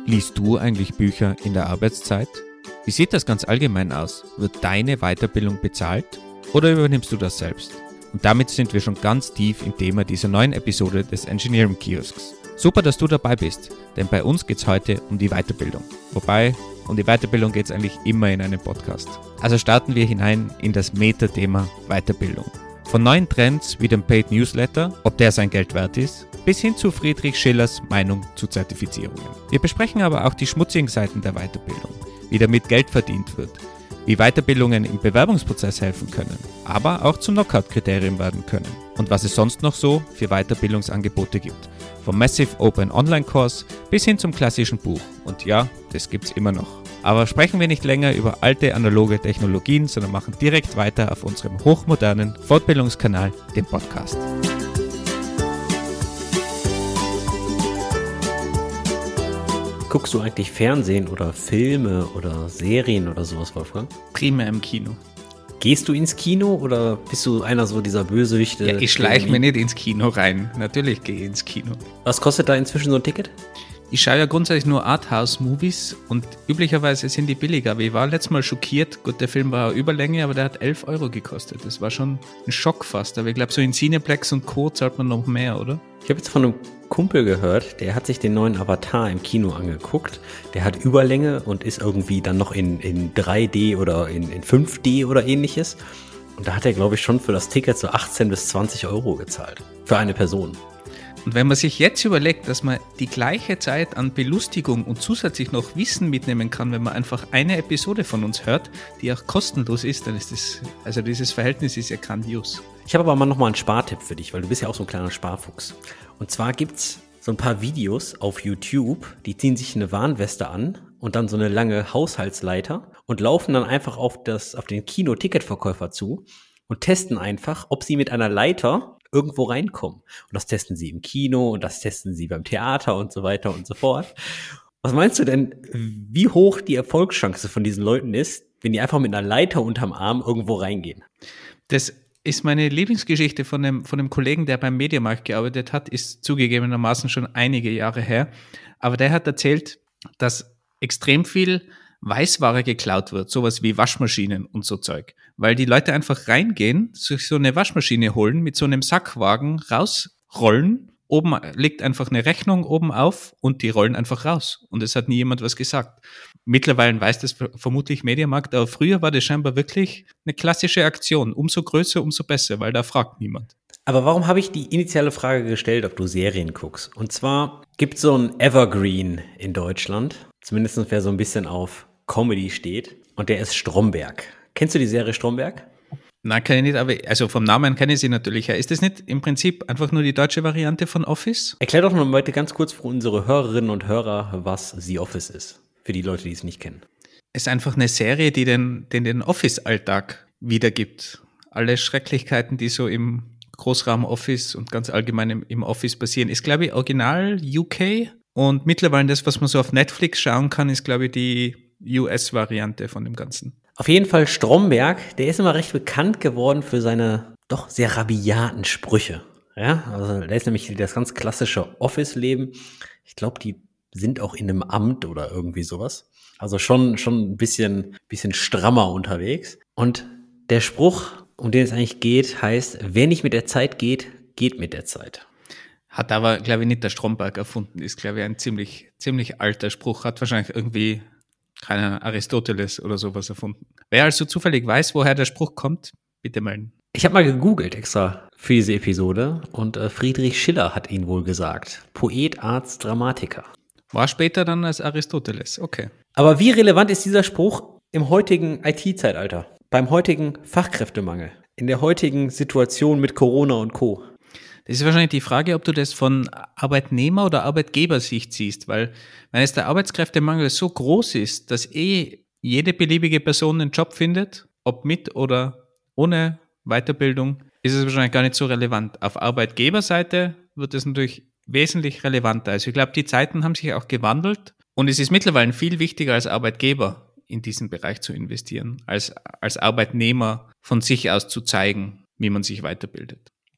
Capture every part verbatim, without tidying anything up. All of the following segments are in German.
Liest du eigentlich Bücher in der Arbeitszeit? Wie sieht das ganz allgemein aus? Wird deine Weiterbildung bezahlt oder übernimmst du das selbst? Und damit sind wir schon ganz tief im Thema dieser neuen Episode des Engineering Kiosks. Super, dass du dabei bist, denn bei uns geht es heute um die Weiterbildung. Wobei, um die Weiterbildung geht es eigentlich immer in einem Podcast. Also starten wir hinein in das Meta-Thema Weiterbildung. Von neuen Trends wie dem Paid Newsletter, ob der sein Geld wert ist, bis hin zu Friedrich Schillers Meinung zu Zertifizierungen. Wir besprechen aber auch die schmutzigen Seiten der Weiterbildung, wie damit Geld verdient wird, wie Weiterbildungen im Bewerbungsprozess helfen können, aber auch zum Knockout-Kriterium werden können und was es sonst noch so für Weiterbildungsangebote gibt. Vom Massive Open Online-Kurs bis hin zum klassischen Buch. Und ja, das gibt's immer noch. Aber sprechen wir nicht länger über alte analoge Technologien, sondern machen direkt weiter auf unserem hochmodernen Fortbildungskanal, dem Podcast. Guckst du eigentlich Fernsehen oder Filme oder Serien oder sowas, Wolfgang? Primär im Kino. Gehst du ins Kino oder bist du einer so dieser Bösewichte? Ja, ich schleiche mir nicht ins Kino rein. Natürlich gehe ich ins Kino. Was kostet da inzwischen so ein Ticket? Ich schaue ja grundsätzlich nur Arthouse-Movies und üblicherweise sind die billiger. Aber ich war letztes Mal schockiert. Gut, der Film war Überlänge, aber der hat elf Euro gekostet. Das war schon ein Schock fast. Aber ich glaube, so in Cineplex und Co. zahlt man noch mehr, oder? Ich habe jetzt von einem Kumpel gehört, der hat sich den neuen Avatar im Kino angeguckt. Der hat Überlänge und ist irgendwie dann noch in, in drei D oder in, in fünf D oder ähnliches. Und da hat er, glaube ich, schon für das Ticket so achtzehn bis zwanzig Euro gezahlt. Für eine Person. Und wenn man sich jetzt überlegt, dass man die gleiche Zeit an Belustigung und zusätzlich noch Wissen mitnehmen kann, wenn man einfach eine Episode von uns hört, die auch kostenlos ist, dann ist das, also dieses Verhältnis ist ja grandios. Ich habe aber mal nochmal einen Spartipp für dich, weil du bist ja auch so ein kleiner Sparfuchs. Und zwar gibt's so ein paar Videos auf YouTube, die ziehen sich eine Warnweste an und dann so eine lange Haushaltsleiter und laufen dann einfach auf, das, auf den Kino-Ticketverkäufer zu und testen einfach, ob sie mit einer Leiter irgendwo reinkommen. Und das testen sie im Kino und das testen sie beim Theater und so weiter und so fort. Was meinst du denn, wie hoch die Erfolgschance von diesen Leuten ist, wenn die einfach mit einer Leiter unterm Arm irgendwo reingehen? Das ist meine Lieblingsgeschichte von einem, von einem Kollegen, der beim Mediamarkt gearbeitet hat, ist zugegebenermaßen schon einige Jahre her. Aber der hat erzählt, dass extrem viel Weißware geklaut wird, sowas wie Waschmaschinen und so Zeug. Weil die Leute einfach reingehen, sich so eine Waschmaschine holen, mit so einem Sackwagen rausrollen, oben liegt einfach eine Rechnung oben auf und die rollen einfach raus. Und es hat nie jemand was gesagt. Mittlerweile weiß das vermutlich Mediamarkt, aber früher war das scheinbar wirklich eine klassische Aktion. Umso größer, umso besser, weil da fragt niemand. Aber warum habe ich die initiale Frage gestellt, ob du Serien guckst? Und zwar gibt es so ein Evergreen in Deutschland, zumindest wer so ein bisschen auf Comedy steht, und der ist Stromberg. Kennst du die Serie Stromberg? Nein, kann ich nicht, aber also vom Namen kenne ich sie natürlich. Ja. Ist das nicht im Prinzip einfach nur die deutsche Variante von Office? Erklär doch mal bitte ganz kurz für unsere Hörerinnen und Hörer, was The Office ist, für die Leute, die es nicht kennen. Es ist einfach eine Serie, die den, den, den Office-Alltag wiedergibt. Alle Schrecklichkeiten, die so im Großraum-Office und ganz allgemein im, im Office passieren, ist, glaube ich, original U K. Und mittlerweile das, was man so auf Netflix schauen kann, ist, glaube ich, die U S-Variante von dem Ganzen. Auf jeden Fall Stromberg, der ist immer recht bekannt geworden für seine doch sehr rabiaten Sprüche. Ja, also der ist nämlich das ganz klassische Office-Leben. Ich glaube, die sind auch in einem Amt oder irgendwie sowas. Also schon, schon ein bisschen, bisschen strammer unterwegs. Und der Spruch, um den es eigentlich geht, heißt, wer nicht mit der Zeit geht, geht mit der Zeit. Hat aber, glaube ich, nicht der Stromberg erfunden. Ist, glaube ich, ein ziemlich, ziemlich alter Spruch. Hat wahrscheinlich irgendwie keiner Aristoteles oder sowas erfunden. Wer also zufällig weiß, woher der Spruch kommt, bitte melden. Ich habe mal gegoogelt extra für diese Episode und äh, Friedrich Schiller hat ihn wohl gesagt. Poet, Arzt, Dramatiker. War später dann als Aristoteles, okay. Aber wie relevant ist dieser Spruch im heutigen I T-Zeitalter? Beim heutigen Fachkräftemangel? In der heutigen Situation mit Corona und Co.? Das ist wahrscheinlich die Frage, ob du das von Arbeitnehmer- oder Arbeitgebersicht siehst, weil wenn jetzt der Arbeitskräftemangel so groß ist, dass eh jede beliebige Person einen Job findet, ob mit oder ohne Weiterbildung, ist es wahrscheinlich gar nicht so relevant. Auf Arbeitgeberseite wird es natürlich wesentlich relevanter. Also ich glaube, die Zeiten haben sich auch gewandelt und es ist mittlerweile viel wichtiger als Arbeitgeber in diesen Bereich zu investieren, als als Arbeitnehmer von sich aus zu zeigen, wie man sich weiterbildet.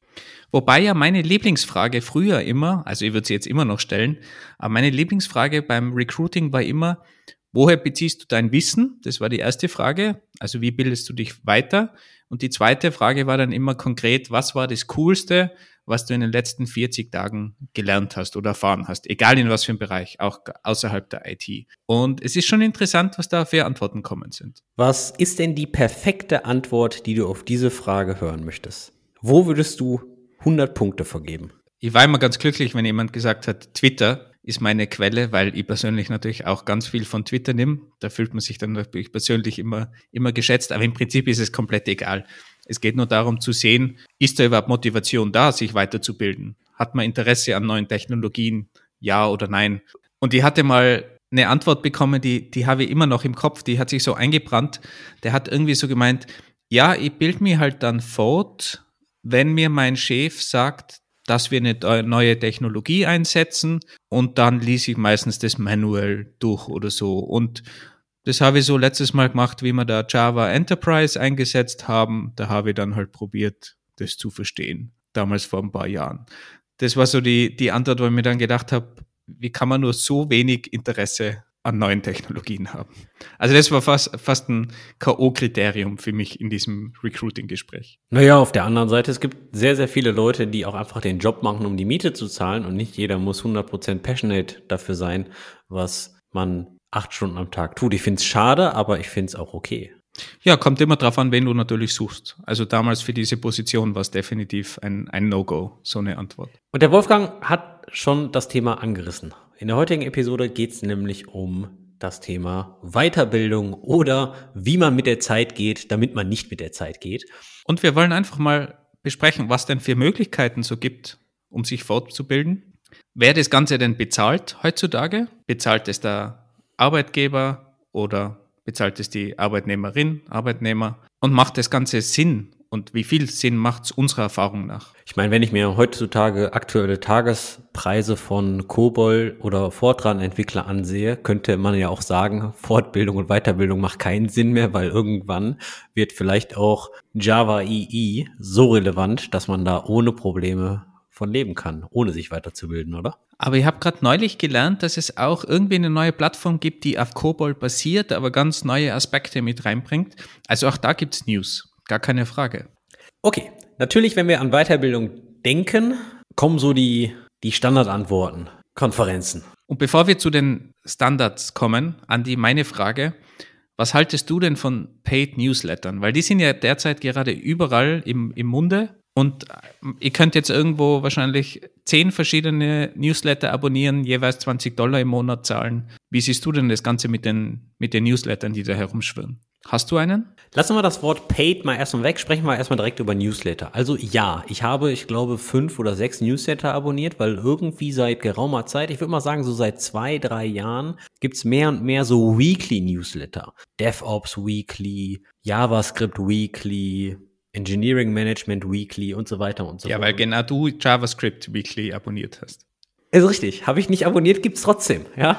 Wobei ja meine Lieblingsfrage früher immer, also ich würde sie jetzt immer noch stellen, aber meine Lieblingsfrage beim Recruiting war immer, woher beziehst du dein Wissen? Das war die erste Frage. Also wie bildest du dich weiter? Und die zweite Frage war dann immer konkret, was war das Coolste, was du in den letzten vierzig Tagen gelernt hast oder erfahren hast? Egal in was für einem Bereich, auch außerhalb der I T. Und es ist schon interessant, was da für Antworten kommen sind. Was ist denn die perfekte Antwort, die du auf diese Frage hören möchtest? Wo würdest du hundert Punkte vergeben? Ich war immer ganz glücklich, wenn jemand gesagt hat, Twitter ist meine Quelle, weil ich persönlich natürlich auch ganz viel von Twitter nehme. Da fühlt man sich dann natürlich persönlich immer, immer geschätzt, aber im Prinzip ist es komplett egal. Es geht nur darum zu sehen, ist da überhaupt Motivation da, sich weiterzubilden? Hat man Interesse an neuen Technologien? Ja oder nein? Und ich hatte mal eine Antwort bekommen, die, die habe ich immer noch im Kopf, die hat sich so eingebrannt. Der hat irgendwie so gemeint, ja, ich bilde mich halt dann fort, wenn mir mein Chef sagt, dass wir eine neue Technologie einsetzen und dann lese ich meistens das Manual durch oder so. Und das habe ich so letztes Mal gemacht, wie wir da Java Enterprise eingesetzt haben. Da habe ich dann halt probiert, das zu verstehen. Damals vor ein paar Jahren. Das war so die, die Antwort, wo ich mir dann gedacht habe, wie kann man nur so wenig Interesse an neuen Technologien haben? Also das war fast, fast ein K O-Kriterium für mich in diesem Recruiting-Gespräch. Naja, auf der anderen Seite, es gibt sehr, sehr viele Leute, die auch einfach den Job machen, um die Miete zu zahlen und nicht jeder muss hundert Prozent passionate dafür sein, was man acht Stunden am Tag tut. Ich finde es schade, aber ich finde es auch okay. Ja, kommt immer drauf an, wen du natürlich suchst. Also damals für diese Position war es definitiv ein, ein No-Go, so eine Antwort. Und der Wolfgang hat schon das Thema angerissen. In der heutigen Episode geht es nämlich um das Thema Weiterbildung oder wie man mit der Zeit geht, damit man nicht mit der Zeit geht. Und wir wollen einfach mal besprechen, was denn für Möglichkeiten so gibt, um sich fortzubilden. Wer das Ganze denn bezahlt heutzutage? Bezahlt es der Arbeitgeber oder bezahlt es die Arbeitnehmerin, Arbeitnehmer? Und macht das Ganze Sinn? Und wie viel Sinn macht es unserer Erfahrung nach? Ich meine, wenn ich mir heutzutage aktuelle Tagespreise von COBOL oder Fortran-Entwickler ansehe, könnte man ja auch sagen, Fortbildung und Weiterbildung macht keinen Sinn mehr, weil irgendwann wird vielleicht auch Java E E so relevant, dass man da ohne Probleme von leben kann, ohne sich weiterzubilden, oder? Aber ich habe gerade neulich gelernt, dass es auch irgendwie eine neue Plattform gibt, die auf COBOL basiert, aber ganz neue Aspekte mit reinbringt. Also auch da gibt's News. Gar keine Frage. Okay, natürlich, wenn wir an Weiterbildung denken, kommen so die, die Standardantworten, Konferenzen. Und bevor wir zu den Standards kommen, Andi, meine Frage, was haltest du denn von Paid Newslettern? Weil die sind ja derzeit gerade überall im, im Munde und ihr könnt jetzt irgendwo wahrscheinlich zehn verschiedene Newsletter abonnieren, jeweils zwanzig Dollar im Monat zahlen. Wie siehst du denn das Ganze mit den, mit den Newslettern, die da herumschwirren? Hast du einen? Lassen wir das Wort paid mal erstmal weg, sprechen wir erstmal direkt über Newsletter. Also ja, ich habe, ich glaube, fünf oder sechs Newsletter abonniert, weil irgendwie seit geraumer Zeit, ich würde mal sagen, so seit zwei, drei Jahren gibt's mehr und mehr so Weekly-Newsletter. DevOps Weekly, JavaScript Weekly, Engineering Management Weekly und so weiter und so ja, fort. Ja, weil genau du JavaScript Weekly abonniert hast. Ist richtig, habe ich nicht abonniert, gibt's trotzdem, ja.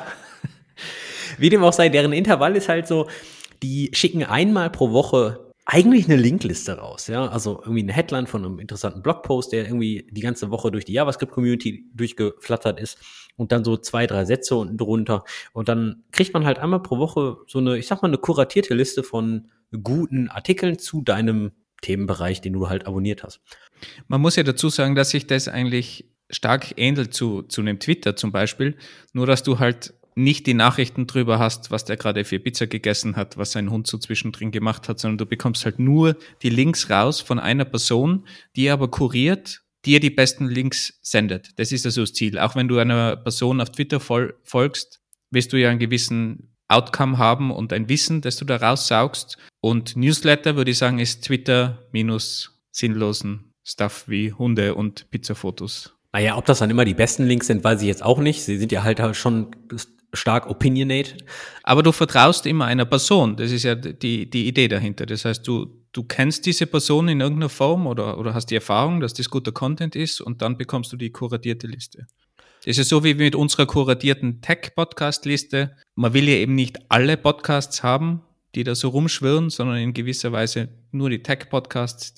Wie dem auch sei, deren Intervall ist halt so, die schicken einmal pro Woche eigentlich eine Linkliste raus, ja, also irgendwie eine Headline von einem interessanten Blogpost, der irgendwie die ganze Woche durch die JavaScript-Community durchgeflattert ist und dann so zwei, drei Sätze unten drunter und dann kriegt man halt einmal pro Woche so eine, ich sag mal, eine kuratierte Liste von guten Artikeln zu deinem Themenbereich, den du halt abonniert hast. Man muss ja dazu sagen, dass sich das eigentlich stark ähnelt zu, zu einem Twitter zum Beispiel, nur dass du halt nicht die Nachrichten drüber hast, was der gerade für Pizza gegessen hat, was sein Hund so zwischendrin gemacht hat, sondern du bekommst halt nur die Links raus von einer Person, die aber kuriert, dir die besten Links sendet. Das ist also das Ziel. Auch wenn du einer Person auf Twitter fol- folgst, wirst du ja einen gewissen Outcome haben und ein Wissen, das du da raussaugst. Und Newsletter, würde ich sagen, ist Twitter minus sinnlosen Stuff wie Hunde und Pizzafotos. Naja, ob das dann immer die besten Links sind, weiß ich jetzt auch nicht. Sie sind ja halt schon stark opinionated. Aber du vertraust immer einer Person. Das ist ja die, die Idee dahinter. Das heißt, du, du kennst diese Person in irgendeiner Form oder, oder hast die Erfahrung, dass das guter Content ist und dann bekommst du die kuratierte Liste. Das ist so wie mit unserer kuratierten Tech-Podcast-Liste. Man will ja eben nicht alle Podcasts haben, die da so rumschwirren, sondern in gewisser Weise nur die Tech-Podcasts, die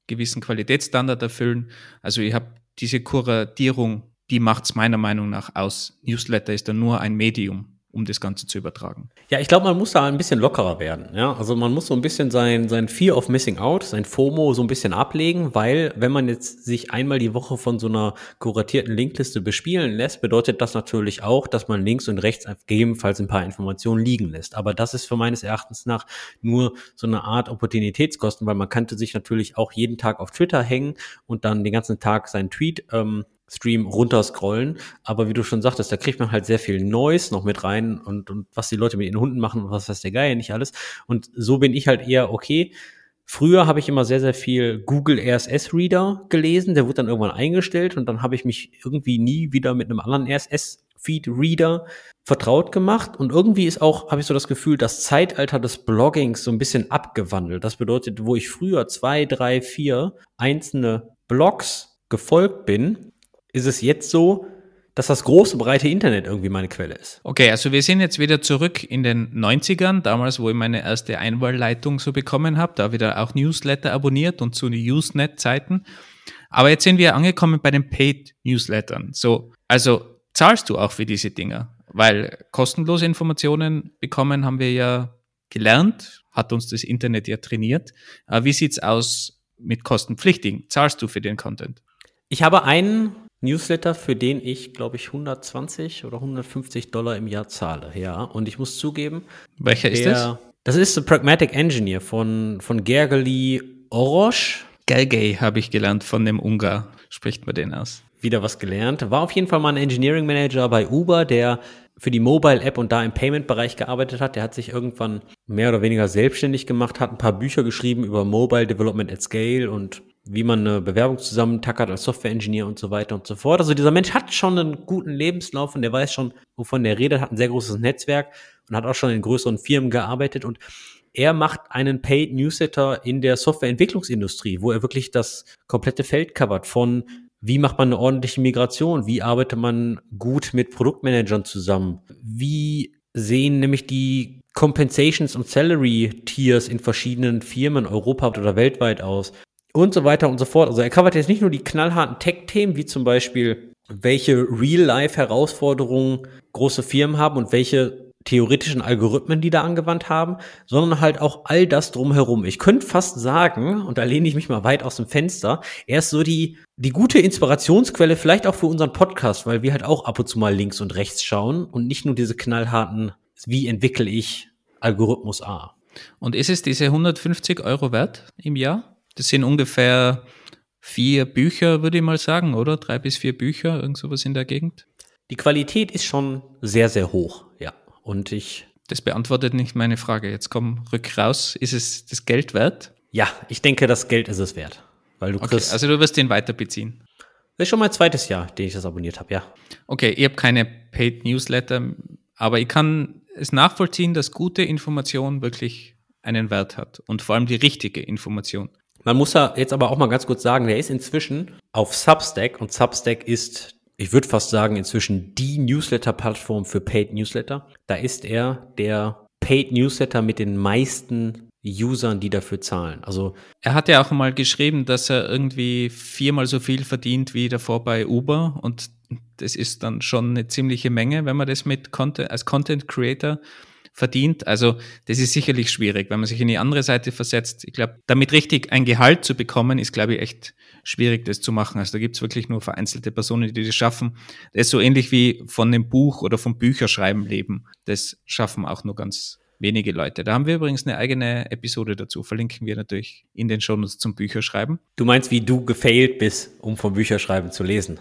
gewissen Qualitätsstandard erfüllen. Also ich habe diese Kuratierung, die macht es meiner Meinung nach aus. Newsletter ist dann nur ein Medium, um das Ganze zu übertragen. Ja, ich glaube, man muss da ein bisschen lockerer werden. Ja? Also man muss so ein bisschen sein, sein Fear of Missing Out, sein FOMO so ein bisschen ablegen, weil wenn man jetzt sich einmal die Woche von so einer kuratierten Linkliste bespielen lässt, bedeutet das natürlich auch, dass man links und rechts gegebenenfalls ein paar Informationen liegen lässt. Aber das ist für meines Erachtens nach nur so eine Art Opportunitätskosten, weil man könnte sich natürlich auch jeden Tag auf Twitter hängen und dann den ganzen Tag seinen Tweet ähm, Stream runterscrollen, aber wie du schon sagtest, da kriegt man halt sehr viel Noise noch mit rein und, und was die Leute mit ihren Hunden machen und was weiß der Geier nicht alles. Und so bin ich halt eher okay. Früher habe ich immer sehr, sehr viel Google R S S-Reader gelesen, der wurde dann irgendwann eingestellt und dann habe ich mich irgendwie nie wieder mit einem anderen R S S-Feed-Reader vertraut gemacht und irgendwie ist auch, habe ich so das Gefühl, das Zeitalter des Bloggings so ein bisschen abgewandelt. Das bedeutet, wo ich früher zwei, drei, vier einzelne Blogs gefolgt bin, ist es jetzt so, dass das große, breite Internet irgendwie meine Quelle ist. Okay, also wir sind jetzt wieder zurück in den neunzigern, damals, wo ich meine erste Einwahlleitung so bekommen habe, da wieder auch Newsletter abonniert und zu den Usenet-Zeiten. Aber jetzt sind wir angekommen bei den Paid-Newslettern. So, also zahlst du auch für diese Dinger? Weil kostenlose Informationen bekommen haben wir ja gelernt, hat uns das Internet ja trainiert. Aber wie sieht's aus mit kostenpflichtigen? Zahlst du für den Content? Ich habe einen Newsletter, für den ich, glaube ich, hundertzwanzig oder hundertfünfzig Dollar im Jahr zahle. Ja, und ich muss zugeben. Welcher der, ist das? Das ist The Pragmatic Engineer von, von Gergely Orosz. Gergely habe ich gelernt, von dem Ungar spricht man den aus. Wieder was gelernt. War auf jeden Fall mal ein Engineering Manager bei Uber, der für die Mobile-App und da im Payment-Bereich gearbeitet hat. Der hat sich irgendwann mehr oder weniger selbstständig gemacht, hat ein paar Bücher geschrieben über Mobile Development at Scale und wie man eine Bewerbung zusammentackert als Software-Engineer und so weiter und so fort. Also dieser Mensch hat schon einen guten Lebenslauf und der weiß schon, wovon der redet, hat ein sehr großes Netzwerk und hat auch schon in größeren Firmen gearbeitet und er macht einen Paid Newsletter in der Softwareentwicklungsindustrie, wo er wirklich das komplette Feld covert von wie macht man eine ordentliche Migration, wie arbeitet man gut mit Produktmanagern zusammen, wie sehen nämlich die Compensations und Salary Tiers in verschiedenen Firmen, Europa oder weltweit aus. Und so weiter und so fort. Also er covert jetzt nicht nur die knallharten Tech-Themen, wie zum Beispiel, welche Real-Life-Herausforderungen große Firmen haben und welche theoretischen Algorithmen die da angewandt haben, sondern halt auch all das drumherum. Ich könnte fast sagen, und da lehne ich mich mal weit aus dem Fenster, er ist so die, die gute Inspirationsquelle, vielleicht auch für unseren Podcast, weil wir halt auch ab und zu mal links und rechts schauen und nicht nur diese knallharten, wie entwickle ich Algorithmus A. Und ist es diese hundertfünfzig Euro wert im Jahr? Das sind ungefähr vier Bücher, würde ich mal sagen, oder? Drei bis vier Bücher, irgend sowas in der Gegend. Die Qualität ist schon sehr, sehr hoch, ja. Und ich... Das beantwortet nicht meine Frage. Jetzt komm, rück raus. Ist es das Geld wert? Ja, ich denke, das Geld ist es wert. Weil du okay, kriegst... Also du wirst den weiter beziehen? Das ist schon mein zweites Jahr, den ich das abonniert habe, ja. Okay, ich habe keine Paid Newsletter, aber ich kann es nachvollziehen, dass gute Information wirklich einen Wert hat. Und vor allem die richtige Information. Man muss ja jetzt aber auch mal ganz kurz sagen, der ist inzwischen auf Substack und Substack ist, ich würde fast sagen, inzwischen die Newsletter-Plattform für Paid Newsletter. Da ist er der Paid Newsletter mit den meisten Usern, die dafür zahlen. Also er hat ja auch mal geschrieben, dass er irgendwie viermal so viel verdient wie davor bei Uber und das ist dann schon eine ziemliche Menge, wenn man das mit Content, als Content Creator verdient. Also das ist sicherlich schwierig, wenn man sich in die andere Seite versetzt. Ich glaube, damit richtig ein Gehalt zu bekommen, ist, glaube ich, echt schwierig, das zu machen. Also da gibt es wirklich nur vereinzelte Personen, die das schaffen. Das ist so ähnlich wie von dem Buch oder vom Bücherschreiben leben. Das schaffen auch nur ganz wenige Leute. Da haben wir übrigens eine eigene Episode dazu. Verlinken wir natürlich in den Shownotes zum Bücherschreiben. Du meinst, wie du gefailt bist, um vom Bücherschreiben zu lesen?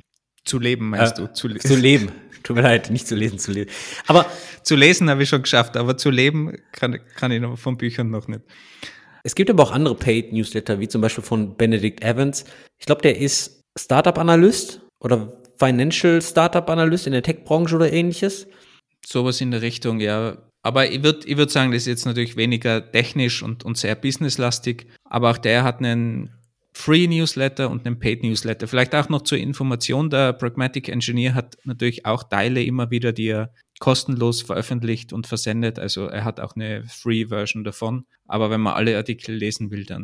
Zu leben, meinst äh, du? Zu, le- zu leben. Tut mir leid, nicht zu lesen, zu lesen. Aber zu lesen habe ich schon geschafft, aber zu leben kann, kann ich noch von Büchern noch nicht. Es gibt aber auch andere Paid-Newsletter, wie zum Beispiel von Benedict Evans. Ich glaube, der ist Startup-Analyst oder Financial Startup-Analyst in der Tech-Branche oder ähnliches. Sowas in der Richtung, ja. Aber ich würde ich würd sagen, das ist jetzt natürlich weniger technisch und, und sehr businesslastig. Aber auch der hat einen Free-Newsletter und einen Paid-Newsletter. Vielleicht auch noch zur Information, der Pragmatic Engineer hat natürlich auch Teile immer wieder, die er kostenlos veröffentlicht und versendet. Also er hat auch eine Free-Version davon. Aber wenn man alle Artikel lesen will, dann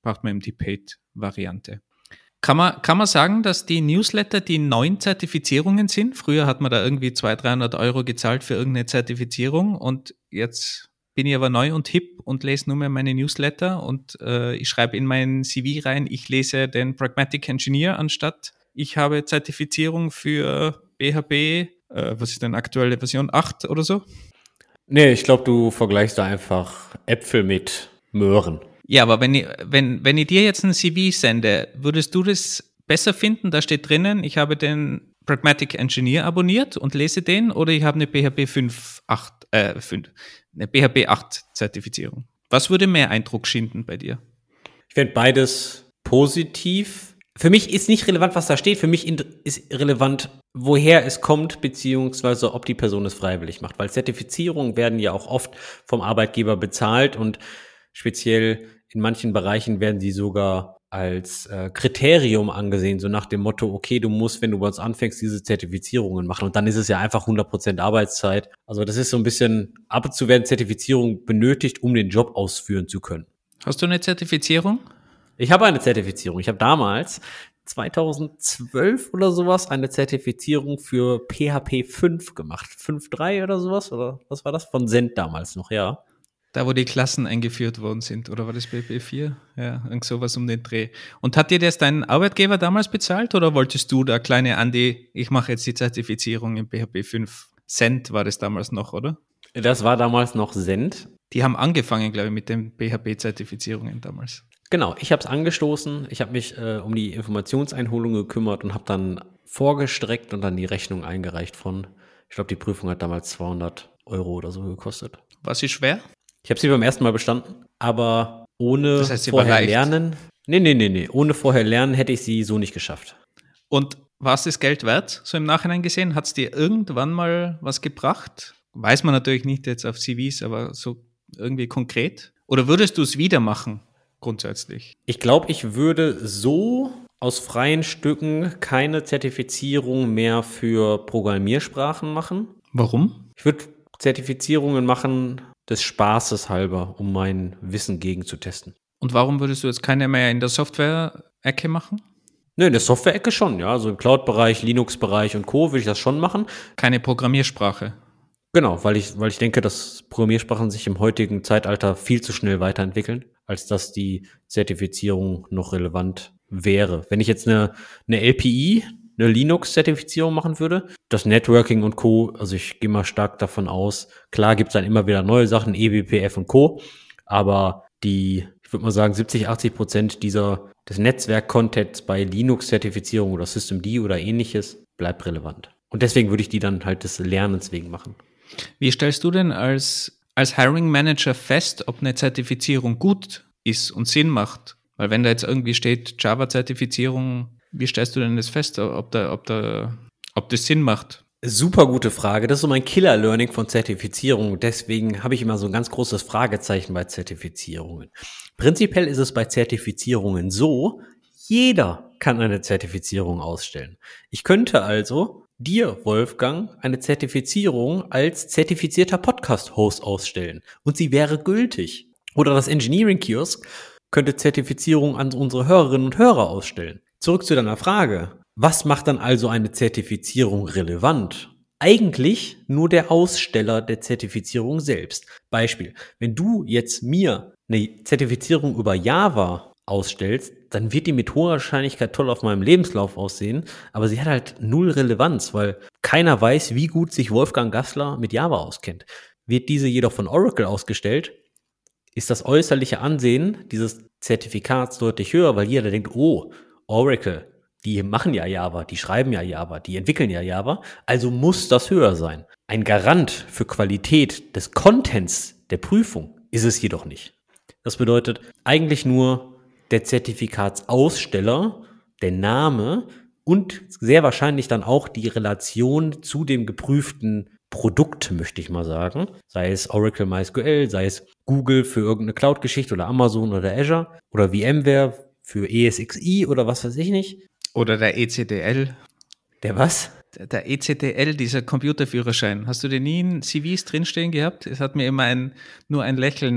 braucht man eben die Paid-Variante. Kann man, kann man sagen, dass die Newsletter die neuen Zertifizierungen sind? Früher hat man da irgendwie zweihundert, dreihundert Euro gezahlt für irgendeine Zertifizierung und jetzt bin ich aber neu und hip und lese nur mehr meine Newsletter und äh, ich schreibe in meinen C V rein, ich lese den Pragmatic Engineer anstatt ich habe Zertifizierung für B H P, äh, was ist denn aktuelle Version, acht oder so? Nee, ich glaube, du vergleichst da einfach Äpfel mit Möhren. Ja, aber wenn ich, wenn, wenn ich dir jetzt ein C V sende, würdest du das besser finden? Da steht drinnen, ich habe den Pragmatic Engineer abonniert und lese den oder ich habe eine B H P fünf, acht, äh, fünf, eine B H P acht Zertifizierung. Was würde mehr Eindruck schinden bei dir? Ich finde beides positiv. Für mich ist nicht relevant, was da steht. Für mich ist relevant, woher es kommt, beziehungsweise ob die Person es freiwillig macht. Weil Zertifizierungen werden ja auch oft vom Arbeitgeber bezahlt und speziell in manchen Bereichen werden sie sogar als äh, Kriterium angesehen, so nach dem Motto, okay, du musst, wenn du bei uns anfängst, diese Zertifizierungen machen. Und dann ist es ja einfach hundert Prozent Arbeitszeit. Also das ist so ein bisschen, ab und zu werden Zertifizierungen benötigt, um den Job ausführen zu können. Hast du eine Zertifizierung? Ich habe eine Zertifizierung. Ich habe damals zweitausendzwölf oder sowas eine Zertifizierung für P H P fünf gemacht. fünf Punkt drei oder sowas? Oder was war das? Von Cent damals noch, ja. Da, wo die Klassen eingeführt worden sind. Oder war das P H P vier? Ja, irgend sowas um den Dreh. Und hat dir das dein Arbeitgeber damals bezahlt? Oder wolltest du da, kleine Andi, ich mache jetzt die Zertifizierung in P H P fünf? Cent war das damals noch, oder? Das war damals noch Cent. Die haben angefangen, glaube ich, mit den P H P-Zertifizierungen damals. Genau, ich habe es angestoßen, ich habe mich äh, um die Informationseinholung gekümmert und habe dann vorgestreckt und dann die Rechnung eingereicht von, ich glaube, die Prüfung hat damals zweihundert Euro oder so gekostet. War sie schwer? Ich habe sie beim ersten Mal bestanden, aber ohne Das heißt, sie vorher war leicht. lernen, nee, nee, nee, nee, ohne vorher lernen hätte ich sie so nicht geschafft. Und war es das Geld wert, so im Nachhinein gesehen? Hat es dir irgendwann mal was gebracht? Weiß man natürlich nicht jetzt auf C Vs, aber so irgendwie konkret? Oder würdest du es wieder machen? Grundsätzlich. Ich glaube, ich würde so aus freien Stücken keine Zertifizierung mehr für Programmiersprachen machen. Warum? Ich würde Zertifizierungen machen des Spaßes halber, um mein Wissen gegenzutesten. Und warum würdest du jetzt keine mehr in der Software-Ecke machen? Ne, in der Software-Ecke schon, ja. Also im Cloud-Bereich, Linux-Bereich und Co. würde ich das schon machen. Keine Programmiersprache. Genau, weil ich, weil ich denke, dass Programmiersprachen sich im heutigen Zeitalter viel zu schnell weiterentwickeln, als dass die Zertifizierung noch relevant wäre. Wenn ich jetzt eine, eine L P I, eine Linux-Zertifizierung machen würde, das Networking und Co., also ich gehe mal stark davon aus, klar gibt es dann immer wieder neue Sachen, E B P F und Co., aber die, ich würde mal sagen, siebzig, achtzig Prozent dieser, des Netzwerk-Contents bei Linux-Zertifizierung oder Systemd oder ähnliches bleibt relevant. Und deswegen würde ich die dann halt des Lernens wegen machen. Wie stellst du denn als, als Hiring Manager fest, ob eine Zertifizierung gut ist und Sinn macht? Weil wenn da jetzt irgendwie steht Java-Zertifizierung, wie stellst du denn das fest, ob, da, ob, da, ob das Sinn macht? Super gute Frage. Das ist so mein Killer-Learning von Zertifizierung. Deswegen habe ich immer so ein ganz großes Fragezeichen bei Zertifizierungen. Prinzipiell ist es bei Zertifizierungen so, jeder kann eine Zertifizierung ausstellen. Ich könnte also dir, Wolfgang, eine Zertifizierung als zertifizierter Podcast-Host ausstellen und sie wäre gültig. Oder das Engineering Kiosk könnte Zertifizierung an unsere Hörerinnen und Hörer ausstellen. Zurück zu deiner Frage. Was macht dann also eine Zertifizierung relevant? Eigentlich nur der Aussteller der Zertifizierung selbst. Beispiel, wenn du jetzt mir eine Zertifizierung über Java ausstellst, dann wird die mit hoher Wahrscheinlichkeit toll auf meinem Lebenslauf aussehen, aber sie hat halt null Relevanz, weil keiner weiß, wie gut sich Wolfgang Gassler mit Java auskennt. Wird diese jedoch von Oracle ausgestellt, ist das äußerliche Ansehen dieses Zertifikats deutlich höher, weil jeder denkt, oh, Oracle, die machen ja Java, die schreiben ja Java, die entwickeln ja Java, also muss das höher sein. Ein Garant für Qualität des Contents der Prüfung ist es jedoch nicht. Das bedeutet eigentlich nur der Zertifikatsaussteller, der Name und sehr wahrscheinlich dann auch die Relation zu dem geprüften Produkt, möchte ich mal sagen. Sei es Oracle MySQL, sei es Google für irgendeine Cloud-Geschichte oder Amazon oder Azure oder VMware für E S X i oder was weiß ich nicht. Oder der E C D L. Der was? Der E C D L, dieser Computerführerschein. Hast du den nie in C Vs drinstehen gehabt? Es hat mir immer ein, nur ein Lächeln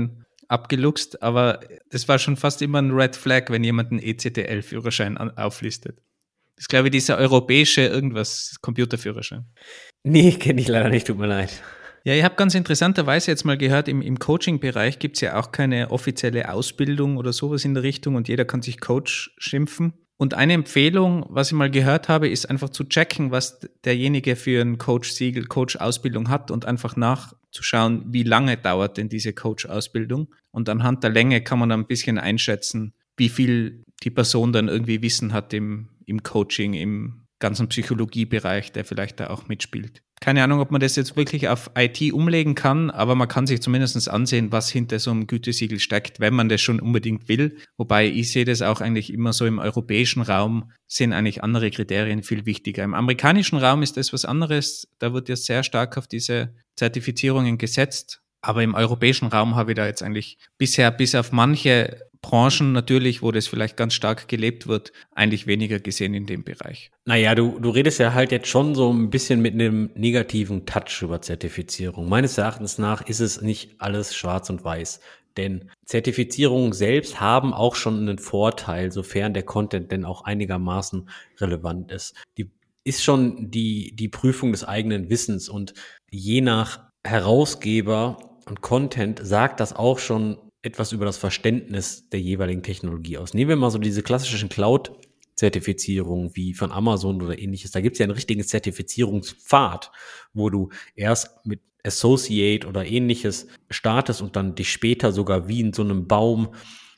abgeluchst, aber das war schon fast immer ein Red Flag, wenn jemand einen E C T L-Führerschein auflistet. Das ist, glaube ich, dieser europäische irgendwas Computerführerschein. Nee, kenne ich leider nicht, tut mir leid. Ja, ich habe ganz interessanterweise jetzt mal gehört, im, im Coaching-Bereich gibt es ja auch keine offizielle Ausbildung oder sowas in der Richtung und jeder kann sich Coach schimpfen. Und eine Empfehlung, was ich mal gehört habe, ist einfach zu checken, was derjenige für ein Coach-Siegel, Coach-Ausbildung hat und einfach nachzuschauen, wie lange dauert denn diese Coach-Ausbildung. Und anhand der Länge kann man dann ein bisschen einschätzen, wie viel die Person dann irgendwie Wissen hat im, im Coaching, im ganzen Psychologiebereich, der vielleicht da auch mitspielt. Keine Ahnung, ob man das jetzt wirklich auf I T umlegen kann, aber man kann sich zumindest ansehen, was hinter so einem Gütesiegel steckt, wenn man das schon unbedingt will. Wobei ich sehe das auch eigentlich immer so im europäischen Raum, sind eigentlich andere Kriterien viel wichtiger. Im amerikanischen Raum ist das was anderes, da wird ja sehr stark auf diese Zertifizierungen gesetzt. Aber im europäischen Raum habe ich da jetzt eigentlich bisher bis auf manche Branchen natürlich, wo das vielleicht ganz stark gelebt wird, eigentlich weniger gesehen in dem Bereich. Naja, du, du redest ja halt jetzt schon so ein bisschen mit einem negativen Touch über Zertifizierung. Meines Erachtens nach ist es nicht alles schwarz und weiß. Denn Zertifizierungen selbst haben auch schon einen Vorteil, sofern der Content denn auch einigermaßen relevant ist. Die ist schon die, die Prüfung des eigenen Wissens und je nach Herausgeber und Content sagt das auch schon etwas über das Verständnis der jeweiligen Technologie aus. Nehmen wir mal so diese klassischen Cloud-Zertifizierungen wie von Amazon oder ähnliches. Da gibt es ja einen richtigen Zertifizierungspfad, wo du erst mit Associate oder ähnliches startest und dann dich später sogar wie in so einem Baum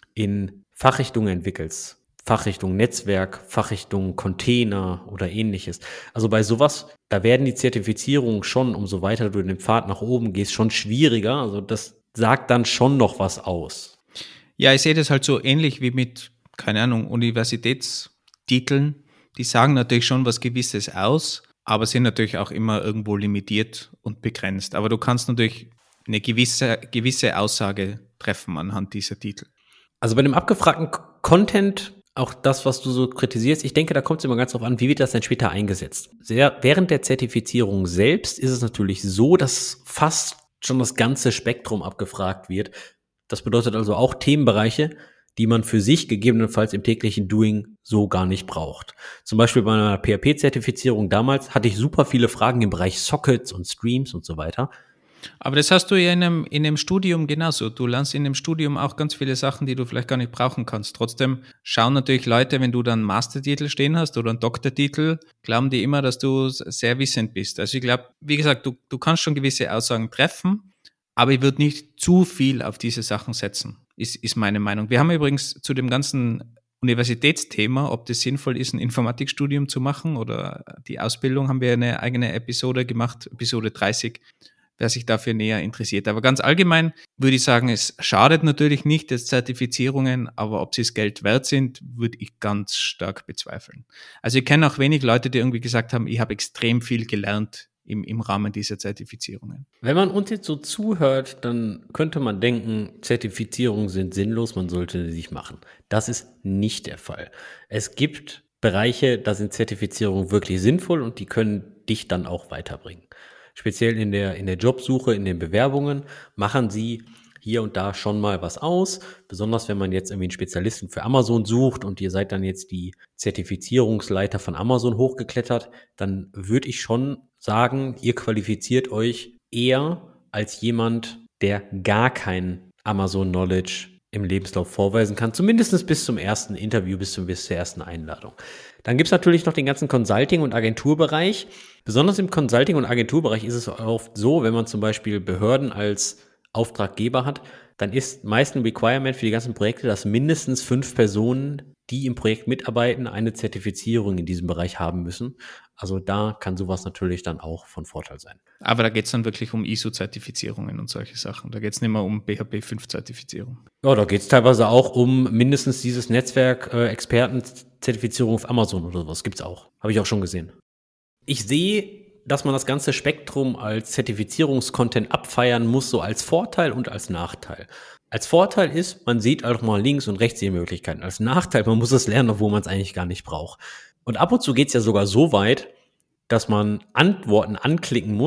in Fachrichtungen entwickelst. Fachrichtung Netzwerk, Fachrichtung Container oder ähnliches. Also bei sowas, da werden die Zertifizierungen schon, umso weiter du den Pfad nach oben gehst, schon schwieriger. Also das sagt dann schon noch was aus. Ja, ich sehe das halt so ähnlich wie mit, keine Ahnung, Universitätstiteln. Die sagen natürlich schon was Gewisses aus, aber sind natürlich auch immer irgendwo limitiert und begrenzt. Aber du kannst natürlich eine gewisse, gewisse Aussage treffen anhand dieser Titel. Also bei dem abgefragten Content, auch das, was du so kritisierst, ich denke, da kommt es immer ganz drauf an, wie wird das denn später eingesetzt. Sehr, während der Zertifizierung selbst ist es natürlich so, dass fast schon das ganze Spektrum abgefragt wird. Das bedeutet also auch Themenbereiche, die man für sich gegebenenfalls im täglichen Doing so gar nicht braucht. Zum Beispiel bei einer P H P-Zertifizierung damals hatte ich super viele Fragen im Bereich Sockets und Streams und so weiter. Aber das hast du ja in einem, in einem Studium genauso. Du lernst in einem Studium auch ganz viele Sachen, die du vielleicht gar nicht brauchen kannst. Trotzdem schauen natürlich Leute, wenn du dann einen Mastertitel stehen hast oder einen Doktortitel, glauben die immer, dass du sehr wissend bist. Also ich glaube, wie gesagt, du, du kannst schon gewisse Aussagen treffen, aber ich würde nicht zu viel auf diese Sachen setzen, ist, ist meine Meinung. Wir haben übrigens zu dem ganzen Universitätsthema, ob das sinnvoll ist, ein Informatikstudium zu machen oder die Ausbildung, haben wir eine eigene Episode gemacht, Episode dreißig, wer sich dafür näher interessiert. Aber ganz allgemein würde ich sagen, es schadet natürlich nicht, dass Zertifizierungen, aber ob sie das Geld wert sind, würde ich ganz stark bezweifeln. Also ich kenne auch wenig Leute, die irgendwie gesagt haben, ich habe extrem viel gelernt im, im Rahmen dieser Zertifizierungen. Wenn man uns jetzt so zuhört, dann könnte man denken, Zertifizierungen sind sinnlos, man sollte sie nicht machen. Das ist nicht der Fall. Es gibt Bereiche, da sind Zertifizierungen wirklich sinnvoll und die können dich dann auch weiterbringen. Speziell in der, in der Jobsuche, in den Bewerbungen machen sie hier und da schon mal was aus. Besonders wenn man jetzt irgendwie einen Spezialisten für Amazon sucht und ihr seid dann jetzt die Zertifizierungsleiter von Amazon hochgeklettert, dann würde ich schon sagen, ihr qualifiziert euch eher als jemand, der gar kein Amazon-Knowledge im Lebenslauf vorweisen kann, zumindest bis zum ersten Interview, bis, zum, bis zur ersten Einladung. Dann gibt's natürlich noch den ganzen Consulting- und Agenturbereich. Besonders im Consulting- und Agenturbereich ist es oft so, wenn man zum Beispiel Behörden als Auftraggeber hat, dann ist meist ein Requirement für die ganzen Projekte, dass mindestens fünf Personen, die im Projekt mitarbeiten, eine Zertifizierung in diesem Bereich haben müssen. Also da kann sowas natürlich dann auch von Vorteil sein. Aber da geht es dann wirklich um I S O-Zertifizierungen und solche Sachen. Da geht es nicht mehr um B H P fünf Zertifizierung. Ja, da geht es teilweise auch um mindestens dieses Netzwerk äh, Experten-Zertifizierung auf Amazon oder sowas. Gibt's auch. Habe ich auch schon gesehen. Ich sehe, dass man das ganze Spektrum als Zertifizierungskontent abfeiern muss, so als Vorteil und als Nachteil. Als Vorteil ist, man sieht auch mal links und rechts die Möglichkeiten. Als Nachteil, man muss es lernen, obwohl man es eigentlich gar nicht braucht. Und ab und zu geht es ja sogar so weit, dass man Antworten anklicken muss,